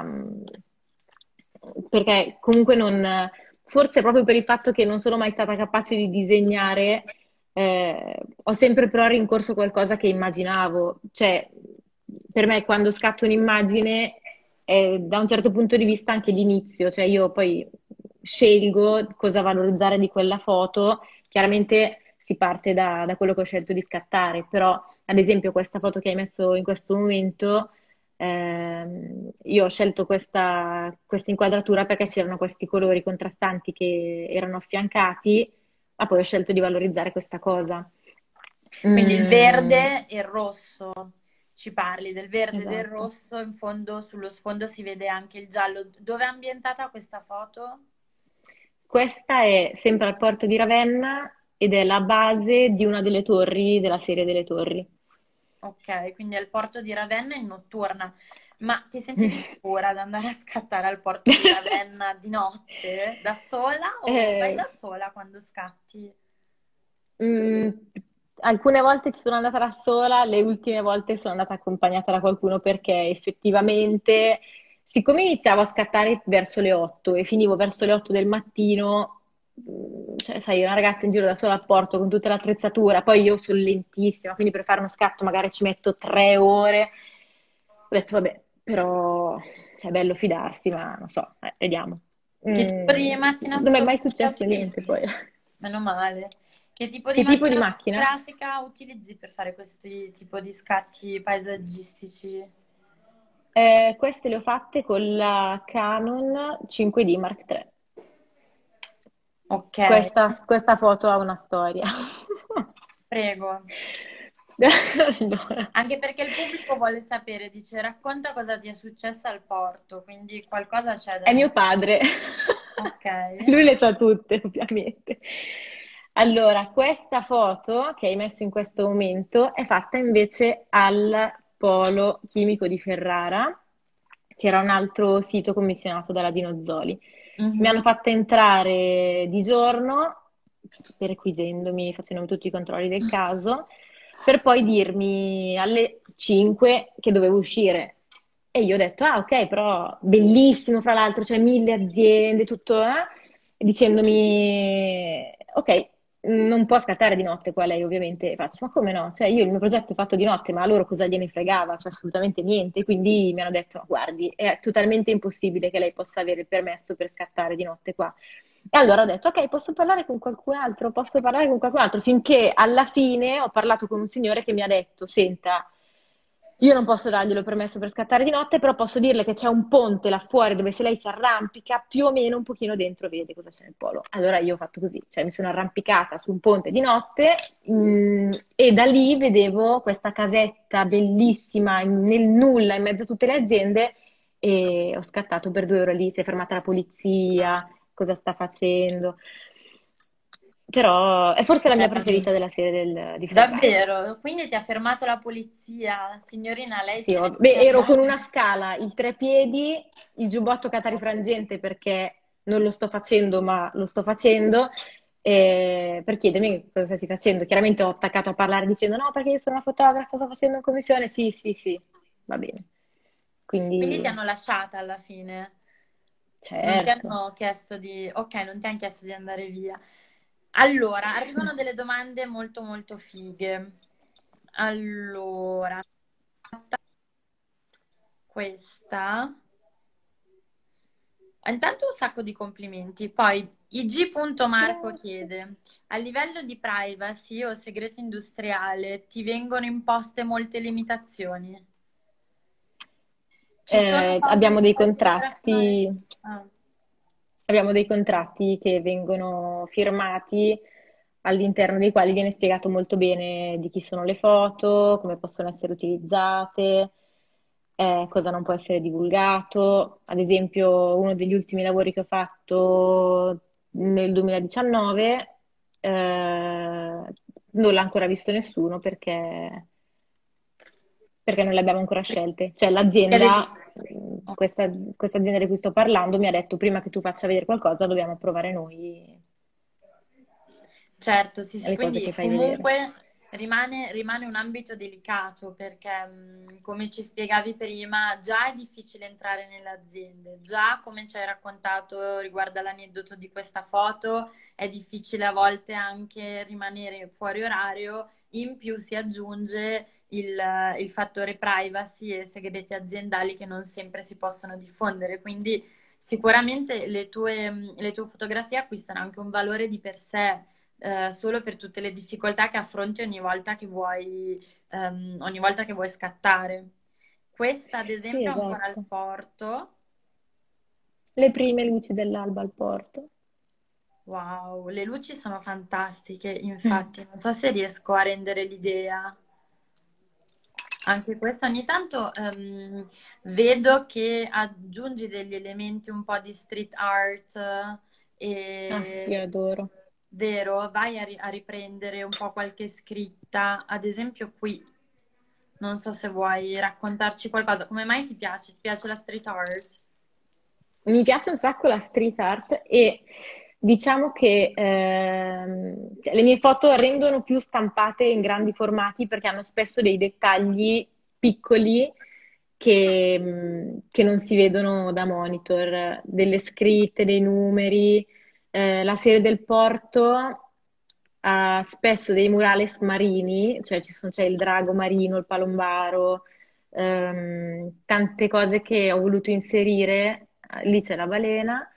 perché comunque non, forse proprio per il fatto che non sono mai stata capace di disegnare, ho sempre però rincorso qualcosa che immaginavo, cioè per me quando scatto un'immagine è da un certo punto di vista anche l'inizio, cioè io poi scelgo cosa valorizzare di quella foto. Chiaramente si parte da quello che ho scelto di scattare, però ad esempio questa foto che hai messo in questo momento, io ho scelto questa inquadratura perché c'erano questi colori contrastanti che erano affiancati, ma poi ho scelto di valorizzare questa cosa. Quindi il Mm, verde e il rosso, ci parli del verde e del esatto. rosso, in fondo, sullo sfondo si vede anche il giallo. Dove è ambientata questa foto? Questa è sempre al porto di Ravenna ed è la base di una delle torri della serie delle torri. Ok, quindi al porto di Ravenna in notturna. Ma ti sentivi sicura ad andare a scattare al porto di Ravenna di notte, da sola o vai Eh, da sola quando scatti? Mm, alcune volte ci sono andata da sola, le ultime volte sono andata accompagnata da qualcuno perché effettivamente Siccome iniziavo a scattare verso le 8 e finivo verso le 8 del mattino, cioè, sai, una ragazza in giro da sola al porto con tutta l'attrezzatura, poi io sono lentissima, quindi per fare uno scatto magari ci metto 3 ore. Ho detto, vabbè, però cioè, è bello fidarsi, ma non so, vediamo. Che tipo di macchina Non mi è mai fotografica successo niente utilizzi? poi. Meno male. Che tipo di Che tipo di macchina macchina? fotografica utilizzi per fare questi tipo di scatti paesaggistici? Queste le ho fatte con la Canon 5D Mark III. Ok, Questa foto ha una storia. prego. Allora, Anche perché il pubblico vuole sapere, dice, racconta cosa ti è successo al porto, quindi qualcosa c'è da è mio dire. padre. Ok. Lui le sa tutte, ovviamente. Allora, questa foto che hai messo in questo momento è fatta invece al Polo Chimico di Ferrara, che era un altro sito commissionato dalla Dinozzoli. Mi Mhm. hanno fatta entrare di giorno, perquisendomi, facendomi tutti i controlli del caso, per poi dirmi alle 5 che dovevo uscire. E io ho detto, ah ok, però bellissimo fra l'altro, c'è 1000 aziende, tutto, e dicendomi, ok, non può scattare di notte qua lei ovviamente. E faccio, ma come no? Cioè io il mio progetto è fatto di notte, ma a loro cosa gliene fregava? Cioè assolutamente niente. Quindi mi hanno detto, "No, guardi, è totalmente impossibile che lei possa avere il permesso per scattare di notte qua." E allora ho detto, ok, posso parlare con qualcun altro, posso parlare con qualcun altro, finché alla fine ho parlato con un signore che mi ha detto, senta, io non posso darglielo permesso per scattare di notte, però posso dirle che c'è un ponte là fuori dove se lei si arrampica, più o meno un pochino dentro vede cosa c'è nel polo. Allora io ho fatto così, cioè mi sono arrampicata su un ponte di notte, e da lì vedevo questa casetta bellissima nel nulla, in mezzo a tutte le aziende, e ho scattato per 2 ore lì, si è fermata la polizia, cosa sta facendo. Però è forse la mia preferita della serie di Ferrara. Davvero? Quindi ti ha fermato la polizia? Signorina, lei Sì, se ne beh, ero con ferma? una scala, il trepiedi, il giubbotto catarifrangente perché non lo sto facendo, ma lo sto facendo, per chiedermi cosa stessi facendo. Chiaramente ho attaccato a parlare dicendo no, perché io sono una fotografa, sto facendo in commissione. Sì, sì, sì, va bene. Quindi ti Quindi, hanno lasciata alla fine. Non ti certo. hanno chiesto di... Ok, non ti hanno chiesto di andare via. Allora, arrivano delle domande molto molto fighe. Allora, questa. Intanto un sacco di complimenti. Poi IG. Marco Grazie. chiede, a livello di privacy o segreto industriale ti vengono imposte molte limitazioni? Ci sono cose Abbiamo che dei puoi fotografare? contratti. Ah, Abbiamo dei contratti che vengono firmati all'interno dei quali viene spiegato molto bene di chi sono le foto, come possono essere utilizzate, cosa non può essere divulgato. Ad esempio, uno degli ultimi lavori che ho fatto nel 2019, non l'ha ancora visto nessuno perché non le abbiamo ancora scelte. Cioè perché devi... l'azienda, questa azienda di cui sto parlando, mi ha detto prima che tu faccia vedere qualcosa, dobbiamo provare noi Certo, sì, sì, le cose che quindi fai vedere. comunque rimane un ambito delicato perché, come ci spiegavi prima, già è difficile entrare nelle aziende, già come ci hai raccontato riguardo all'aneddoto di questa foto, è difficile a volte anche rimanere fuori orario, in più si aggiunge il fattore privacy e segreti aziendali che non sempre si possono diffondere, quindi sicuramente le tue fotografie acquistano anche un valore di per sé solo per tutte le difficoltà che affronti ogni volta che vuoi scattare. Questa, ad Sì, esempio, è ancora al esatto. porto. Le prime luci dell'alba al porto. Wow, le luci sono fantastiche, Mm. infatti, non so se riesco a rendere l'idea. Anche questa ogni tanto vedo che aggiungi degli elementi un po' di street art Ah sì, e adoro. vero, vai a riprendere un po' qualche scritta, ad esempio qui, non so se vuoi raccontarci qualcosa, come mai ti piace? Ti piace la street art? Mi piace un sacco la street art e diciamo che cioè, le mie foto rendono più stampate in grandi formati perché hanno spesso dei dettagli piccoli che non si vedono da monitor, delle scritte, dei numeri. La serie del Porto ha spesso dei murales marini, cioè c'è il drago marino, il palombaro, tante cose che ho voluto inserire, lì c'è la balena,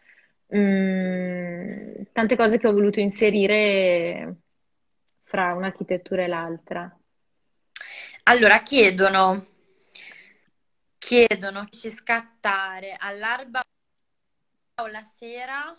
tante cose che ho voluto inserire fra un'architettura e l'altra. Allora, chiedono che ci scattare all'alba o la sera,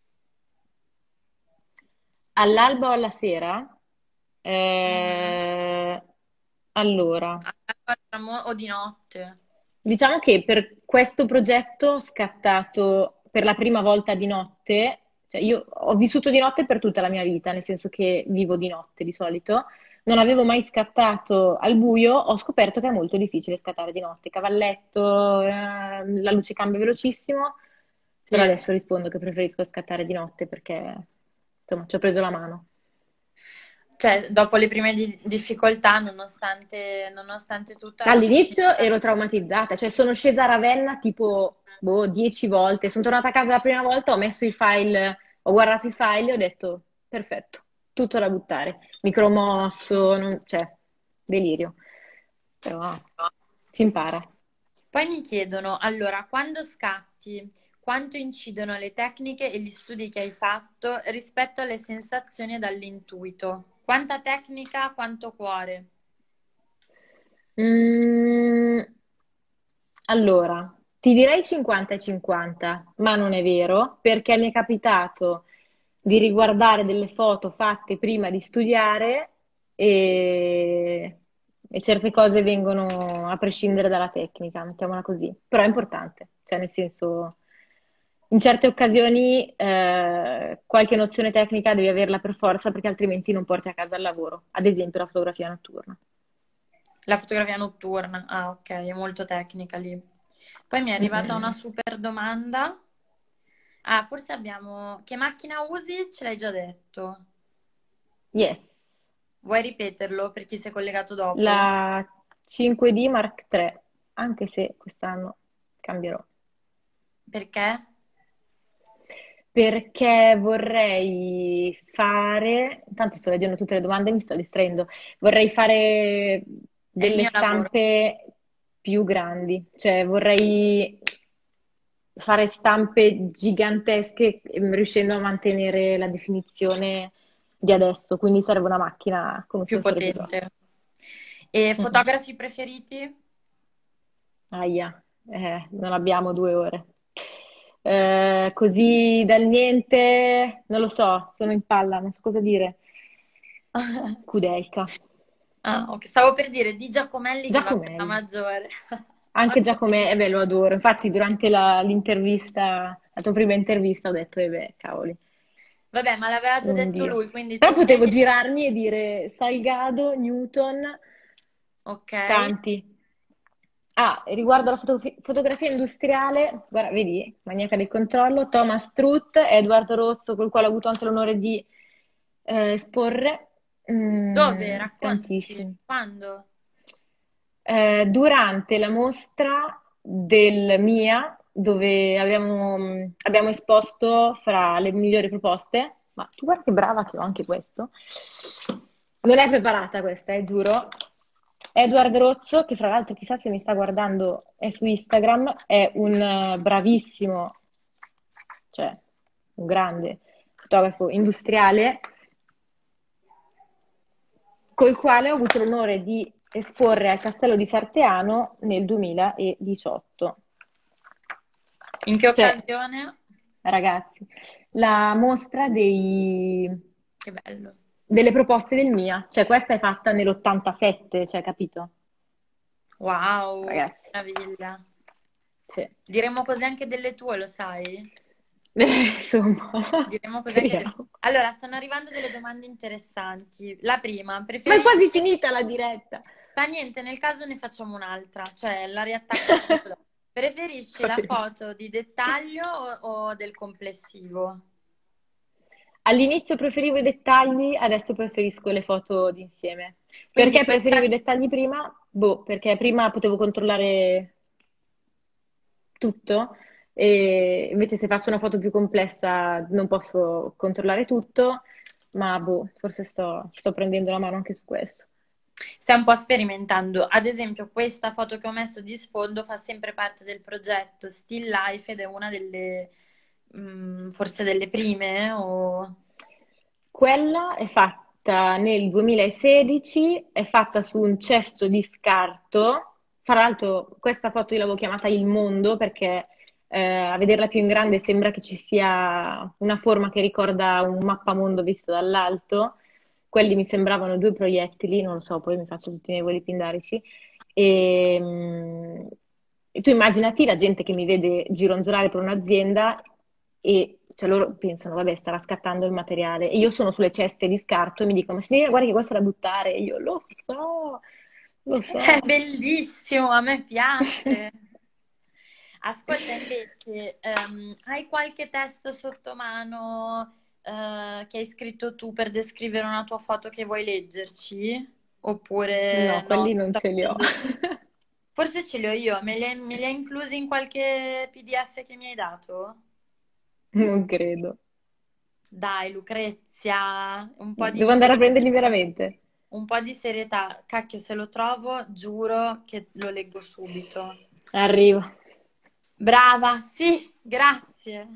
All'alba o alla sera? mhm, Eh, allora, o di notte. diciamo che per questo progetto ho scattato per la prima volta di notte, cioè io ho vissuto di notte per tutta la mia vita, nel senso che vivo di notte di solito, non avevo mai scattato al buio, ho scoperto che è molto difficile scattare di notte. Cavalletto, la luce cambia velocissimo, però Sì. adesso rispondo che preferisco scattare di notte perché, insomma, ci ho preso la mano. Cioè, dopo le prime difficoltà, nonostante tutto, alla fine... All'inizio ero traumatizzata, cioè sono scesa a Ravenna tipo boh, 10 volte, sono tornata a casa la prima volta, ho messo i file, ho guardato i file e ho detto perfetto, tutto da buttare, micromosso, cioè delirio, però si impara. Poi mi chiedono, allora, quando scatti, quanto incidono le tecniche e gli studi che hai fatto rispetto alle sensazioni dall'intuito? Quanta tecnica, quanto cuore? Mm, allora, ti direi 50 e 50, ma non è vero, perché mi è capitato di riguardare delle foto fatte prima di studiare e certe cose vengono a prescindere dalla tecnica, mettiamola così. Però è importante, cioè nel senso, in certe occasioni qualche nozione tecnica devi averla per forza perché altrimenti non porti a casa il lavoro, ad esempio la fotografia notturna. La fotografia notturna. Ah, ok, è molto tecnica lì. Poi mi è Mm, arrivata una mm, super domanda. Ah, forse abbiamo... Che macchina usi? Ce l'hai già detto. Yes. Vuoi ripeterlo per chi si è collegato dopo? La 5D Mark III, anche se quest'anno cambierò. Perché? Perché vorrei fare, intanto sto leggendo tutte le domande e mi sto distraendo, vorrei fare È il delle mio lavoro. stampe più grandi, cioè vorrei fare stampe gigantesche riuscendo a mantenere la definizione di adesso, quindi serve una macchina con un Più sensore più grosso. potente. E Mm-mm. fotografi preferiti? Ahia, non abbiamo 2 ore. Così dal niente, non lo so, sono in palla, non so cosa dire. Kudelka. Ah, ok. Stavo per dire di Giacomelli che va per la Giacomelli. maggiore. Anche Ok. Giacomelli, beh, lo adoro. Infatti, durante l'intervista, la tua prima intervista, ho detto, beh, cavoli, Vabbè, ma l'aveva già un detto dio. lui, quindi Però tu non è potevo che... girarmi e dire Salgado, Newton, Ok. tanti. Ah, e riguardo alla fotografia industriale, guarda, vedi, maniaca del controllo, Thomas Struth, Edward Rosso, col quale ho avuto anche l'onore di esporre, Dove? Raccontaci. tantissimi. Quando? Durante la mostra del MIA, dove abbiamo esposto fra le migliori proposte, ma tu guarda che brava che ho anche questo. Non è preparata questa, giuro. Edward Rozzo, che fra l'altro chissà se mi sta guardando, è su Instagram, è un bravissimo, cioè un grande fotografo industriale col quale ho avuto l'onore di esporre al Castello di Sarteano nel 2018. In che Cioè, occasione? ragazzi, la mostra Che bello. delle proposte del MIA, cioè questa è fatta nell'87, cioè, capito? Wow, che Ragazzi, meraviglia. sì. Diremo così anche delle tue, lo sai? Insomma, Diremo così anche delle... speriamo. Allora, stanno arrivando delle domande interessanti. La prima, Ma è preferisci... quasi finita la diretta. Fa niente, nel caso ne facciamo un'altra, cioè la riattacco subito dopo. Preferisci Va la bene. foto di dettaglio o del complessivo? All'inizio preferivo i dettagli, adesso preferisco le foto d'insieme. Quindi Perché preferivo i dettagli prima? Boh, perché prima potevo controllare. tutto, e invece se faccio una foto più complessa non posso controllare tutto, ma boh, forse sto prendendo la mano anche su questo. Stai un po' sperimentando. Ad esempio, questa foto che ho messo di sfondo fa sempre parte del progetto Still Life ed è una delle, forse delle prime o... Quella è fatta nel 2016, è fatta su un cesto di scarto. Tra l'altro, questa foto io l'avevo chiamata Il Mondo perché a vederla più in grande sembra che ci sia una forma che ricorda un mappamondo visto dall'alto. Quelli mi sembravano due proiettili, non lo so, poi mi faccio tutti i miei voli pindarici. E, e tu immaginati la gente che mi vede gironzolare per un'azienda e cioè, loro pensano, vabbè, starà scattando il materiale. E io sono sulle ceste di scarto e mi dicono, ma signorina, guarda che questo è da buttare. E io lo È so. bellissimo, a me piace. Ascolta, invece, hai qualche testo sotto mano, che hai scritto tu per descrivere una tua foto che vuoi leggerci? No, Oppure no, quelli ti non sto ce li ho. chiedendo... Forse ce li ho io, me li hai inclusi in qualche PDF che mi hai dato? Non credo. Dai, Lucrezia, Devo andare a prenderli veramente. un po' di serietà. Cacchio, se lo trovo, giuro che lo leggo subito. Arrivo. Brava, sì, grazie.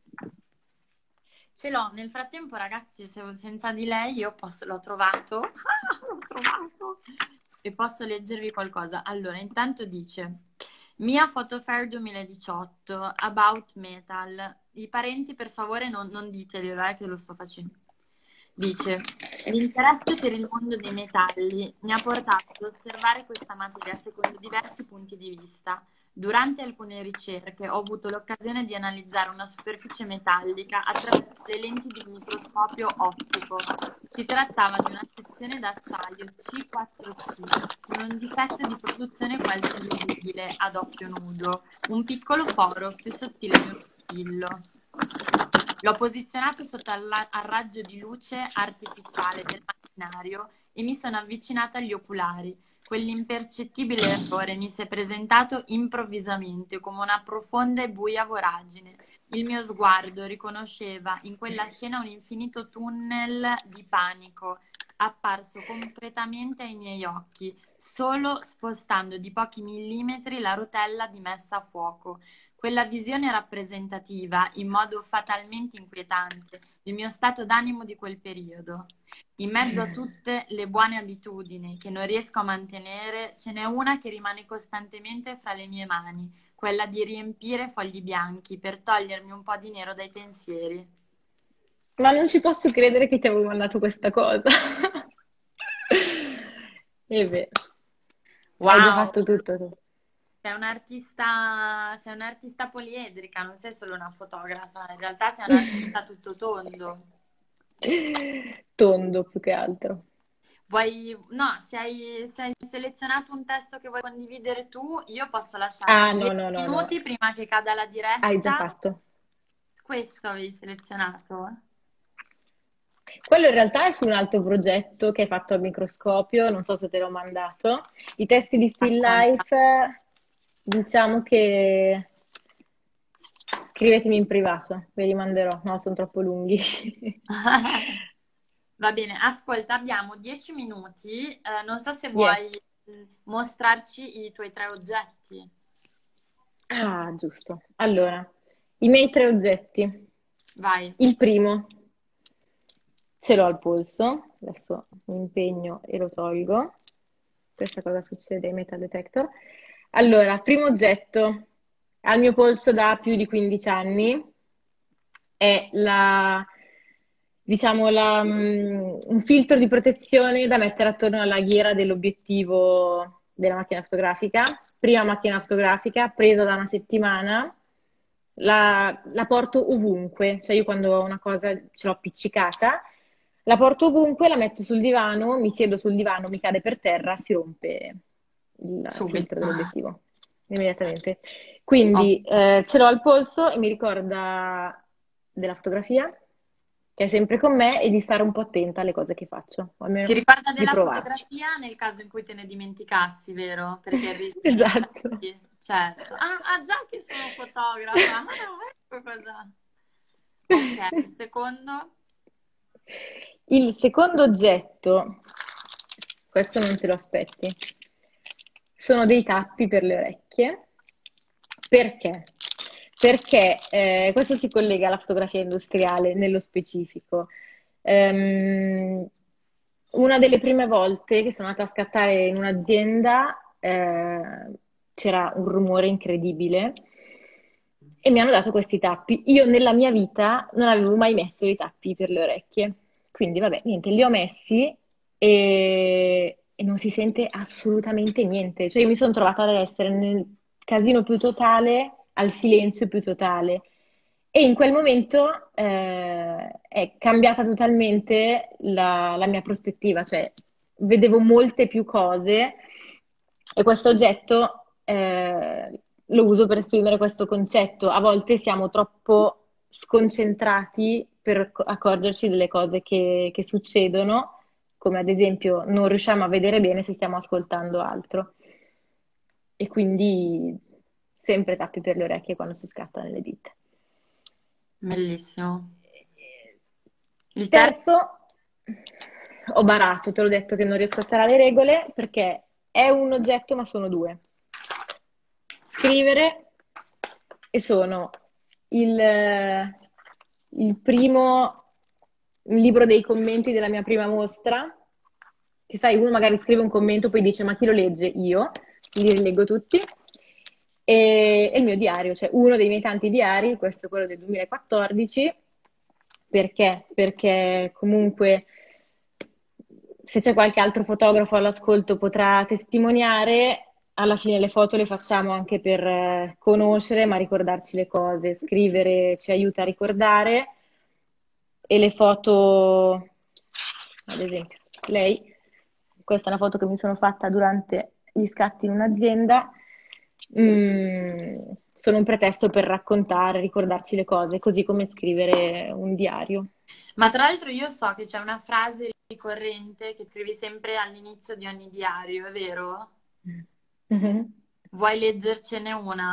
Ce l'ho. Nel frattempo, ragazzi, senza di lei io l'ho trovato. Ah, l'ho trovato. E posso leggervi qualcosa. Allora, intanto dice: Mia Photo Fair 2018, About Metal. I parenti, per favore, non diteglielo, che lo sto facendo. Dice: L'interesse per il mondo dei metalli mi ha portato ad osservare questa materia secondo diversi punti di vista. Durante alcune ricerche ho avuto l'occasione di analizzare una superficie metallica attraverso le lenti di un microscopio ottico. Si trattava di una sezione d'acciaio C4C con un difetto di produzione quasi invisibile ad occhio nudo, un piccolo foro più sottile di un filo. L'ho posizionato sotto al raggio di luce artificiale del macchinario e mi sono avvicinata agli oculari. Quell'impercettibile errore mi si è presentato improvvisamente come una profonda e buia voragine. Il mio sguardo riconosceva in quella scena un infinito tunnel di panico, apparso concretamente ai miei occhi, solo spostando di pochi millimetri la rotella di messa a fuoco. Quella visione rappresentativa, in modo fatalmente inquietante, il mio stato d'animo di quel periodo. In mezzo a tutte le buone abitudini che non riesco a mantenere, ce n'è una che rimane costantemente fra le mie mani, quella di riempire fogli bianchi per togliermi un po' di nero dai pensieri. Ma non ci posso credere che ti avevo mandato questa cosa. E beh, hai già Wow, fatto tutto tu. sei un'artista poliedrica, non sei solo una fotografa, in realtà sei un artista tutto tondo. Tondo più che altro. No, se hai selezionato un testo che vuoi condividere tu, io posso lasciarti Ah, 10 no, no, no, no. minuti prima che cada la Hai già diretta. fatto. Questo avevi selezionato? Quello in realtà è su un altro progetto che hai fatto al microscopio, non so se te l'ho mandato. I testi di Still Racconta. Life, diciamo che scrivetemi in privato, ve li manderò, no, sono troppo lunghi. Va bene, ascolta, abbiamo 10 minuti. Non so se Yes. vuoi mostrarci i tuoi 3 oggetti. Ah, giusto. Allora, i miei tre oggetti. Vai. Il primo ce l'ho al polso, adesso mi impegno e lo tolgo. Questa cosa succede ai metal detector. Allora, primo oggetto al mio polso da più di 15 anni è diciamo, un filtro di protezione da mettere attorno alla ghiera dell'obiettivo della macchina fotografica. Prima macchina fotografica, presa da una settimana, la porto ovunque, cioè io quando ho una cosa ce l'ho appiccicata, la porto ovunque, la metto sul divano, mi siedo sul divano, mi cade per terra, si rompe il Subito. filtro dell'obiettivo immediatamente. Oh. Quindi ce l'ho al polso e mi ricorda della fotografia, che è sempre con me, e di stare un po' attenta alle cose che faccio, o Ti almeno ricorda di della provarci. fotografia nel caso in cui te ne dimenticassi, vero? Perché il rischio di Esatto. effetti. Certo. Già che sono fotografa. Ecco cosa. Ok, secondo? Il secondo oggetto, questo non te lo aspetti, sono dei tappi per le orecchie. Perché? Perché questo si collega alla fotografia industriale nello specifico. Ehm, una delle prime volte che sono andata a scattare in un'azienda, c'era un rumore incredibile e mi hanno dato questi tappi. Io nella mia vita non avevo mai messo i tappi per le orecchie, quindi vabbè, niente, li ho messi e non si sente assolutamente niente. Cioè io mi sono trovata ad essere nel casino più totale al silenzio più totale. E in quel momento è cambiata totalmente la mia prospettiva, cioè vedevo molte più cose e questo oggetto lo uso per esprimere questo concetto. A volte siamo troppo sconcentrati per accorgerci delle cose che succedono, come ad esempio non riusciamo a vedere bene se stiamo ascoltando altro. E quindi sempre tappi per le orecchie quando si scatta nelle ditte. Bellissimo. Il terzo? Terzo, ho barato, te l'ho detto che non riesco a stare alle regole perché è un oggetto ma sono due. Scrivere e sono il primo libro dei commenti della mia prima mostra, che sai, uno magari scrive un commento, poi dice ma chi lo legge? Io, li rileggo tutti. E il mio diario, cioè uno dei miei tanti diari, questo è quello del 2014, perché? Perché comunque se c'è qualche altro fotografo all'ascolto potrà testimoniare, alla fine le foto le facciamo anche per conoscere, ma ricordarci le cose. Scrivere ci aiuta a ricordare e le foto, ad esempio, lei, questa è una foto che mi sono fatta durante gli scatti in un'azienda, sono un pretesto per raccontare, ricordarci le cose, così come scrivere un diario. Ma tra l'altro io so che c'è una frase ricorrente che scrivi sempre all'inizio di ogni diario, è vero? Mhm. Vuoi leggercene una?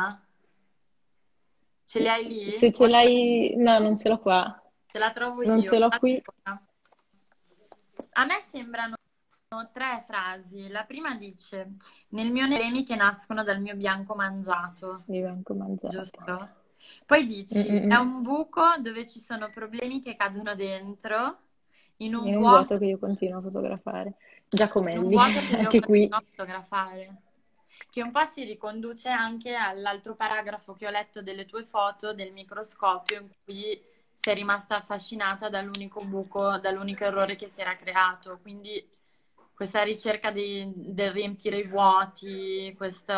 Ce li hai lì? Se ce l'hai, no, non ce l'ho qua, Ce la trovo non io. ce l'ho qui. Allora, a me sembrano tre frasi. La prima dice: Nel mio neremi che nascono dal mio bianco mangiato, Mi vengo mangiato. giusto? Poi Mm, dici: mm, È mm. un buco dove ci sono problemi che cadono dentro, in un In un vuoto vuoto, che io continuo a fotografare. in un Giacomelli, vuoto che io anche continuo a qui. fotografare. Che un po' si riconduce anche all'altro paragrafo che ho letto delle tue foto del microscopio, in cui sei rimasta affascinata dall'unico buco, dall'unico errore che si era creato. Quindi questa ricerca del riempire i vuoti,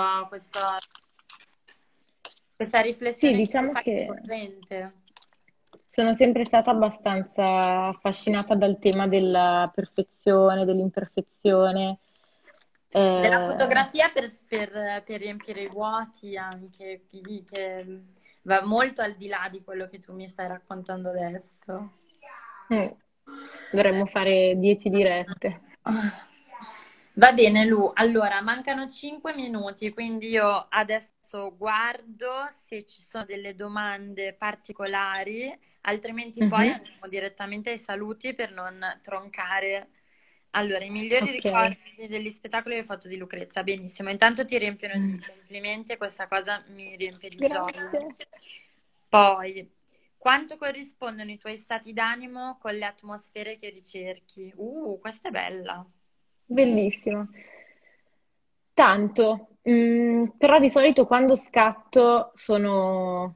questa Sì, riflessione che tu diciamo fai che ricorrente. sono sempre stata abbastanza affascinata dal tema della perfezione, dell'imperfezione. Della Eh, fotografia per riempire i vuoti anche, quindi che va molto al di là di quello che tu mi stai raccontando adesso. mm, dovremmo fare 10 dirette. Va bene, Lu. Allora, mancano 5 minuti, quindi io adesso guardo se ci sono delle domande particolari, altrimenti poi Mhm. andiamo direttamente ai saluti per non troncare. Allora, i migliori Ok, ricordi degli spettacoli che hai fatto di Lucrezia. Benissimo, intanto ti riempiono di complimenti e questa cosa mi riempie di gioia. grazie. Poi, quanto corrispondono i tuoi stati d'animo con le atmosfere che ricerchi? Questa è bella. Bellissimo. Tanto, però di solito quando scatto sono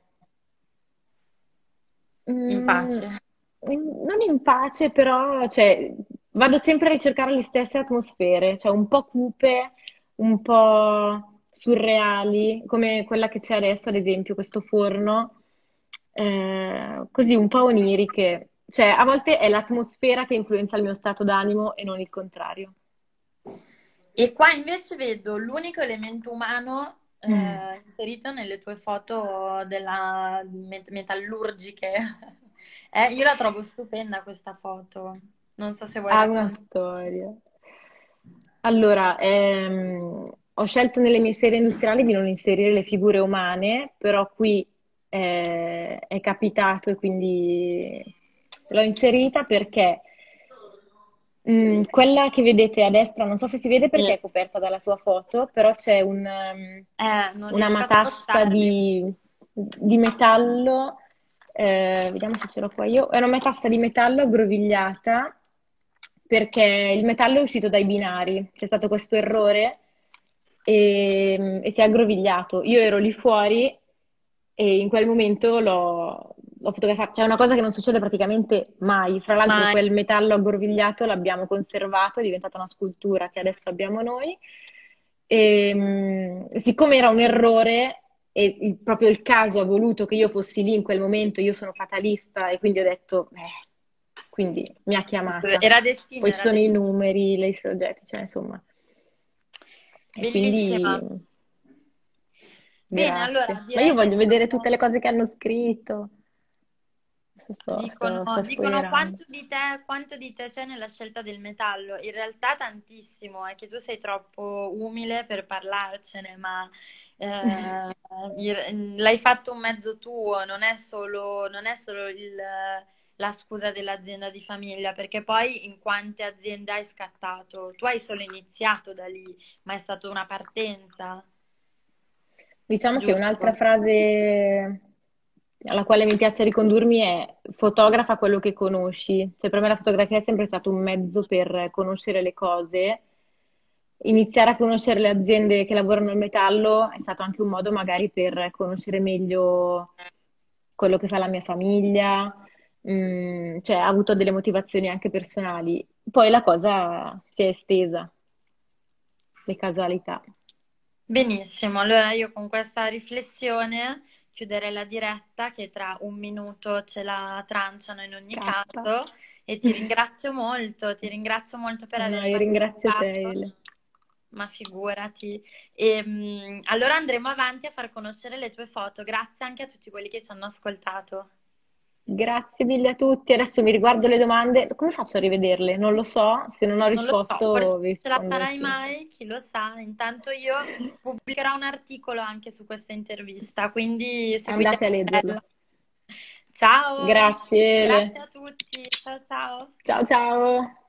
In mm, pace. non in pace, però cioè, vado sempre a ricercare le stesse atmosfere, cioè un po' cupe, un po' surreali, come quella che c'è adesso, ad esempio, questo forno, così un po' oniriche. Cioè, a volte è l'atmosfera che influenza il mio stato d'animo e non il contrario. E qua invece vedo l'unico elemento umano Mm. inserito nelle tue foto della metallurgiche. Io la trovo stupenda questa foto. Non so se vuoi Ha una raccontarci. storia. Allora, ho scelto nelle mie serie industriali di non inserire le figure umane, però qui è capitato e quindi l'ho inserita perché quella che vedete a destra, non so se si vede Sì. perché è coperta dalla tua foto, però c'è Non una riesco a matassa spostarmi. di metallo, vediamo se ce l'ho qua io, è una matassa di metallo aggrovigliata perché il metallo è uscito dai binari, c'è stato questo errore e si è aggrovigliato. Io ero lì fuori e in quel momento l'ho fotografato. C'è una cosa che non succede praticamente mai. Fra l'altro, Ma quel metallo aggrovigliato l'abbiamo conservato, è diventata una scultura che adesso abbiamo noi. Siccome era un errore e proprio il caso ha voluto che io fossi lì in quel momento, io sono fatalista e quindi ho detto, quindi mi ha chiamata. era destino, Poi ci era sono i destino. numeri, i soggetti, cioè insomma. E quindi Bellissima. Bene, allora grazie. Ma io direi che voglio vedere siamo. tutte le cose che hanno scritto. Dicono, Sto dicono spoilerando. quanto di te c'è nella scelta del metallo. In realtà tantissimo, è che tu sei troppo umile per parlarcene, ma l'hai fatto un mezzo tuo, non è solo la scusa dell'azienda di famiglia, perché poi in quante aziende hai scattato? Tu hai solo iniziato da lì, ma è stata una partenza, Diciamo che un'altra giusto? frase alla quale mi piace ricondurmi è fotografa quello che conosci. Cioè, per me la fotografia è sempre stato un mezzo per conoscere le cose. Iniziare a conoscere le aziende che lavorano il metallo è stato anche un modo magari per conoscere meglio quello che fa la mia famiglia, cioè ha avuto delle motivazioni anche personali. Poi la cosa si è estesa, le casualità. Benissimo, allora io con questa riflessione chiuderei la diretta che tra un minuto ce la tranciano in ogni Scappa. caso e ti ringrazio molto per No, aver io ringrazio te, partecipato, Ele. ma figurati. E, allora andremo avanti a far conoscere le tue foto, grazie anche a tutti quelli che ci hanno ascoltato. Grazie mille a tutti. Adesso mi riguardo le domande. Come faccio a rivederle? Non lo so. Se non ho Non lo so, forse risposto, vi ce la rispondo farai sì. mai, chi lo sa. Intanto io pubblicherò un articolo anche su questa intervista, quindi seguite Andate a la leggerlo. pagella. Ciao, Grazie, grazie Ele. a tutti. Ciao ciao. Ciao ciao.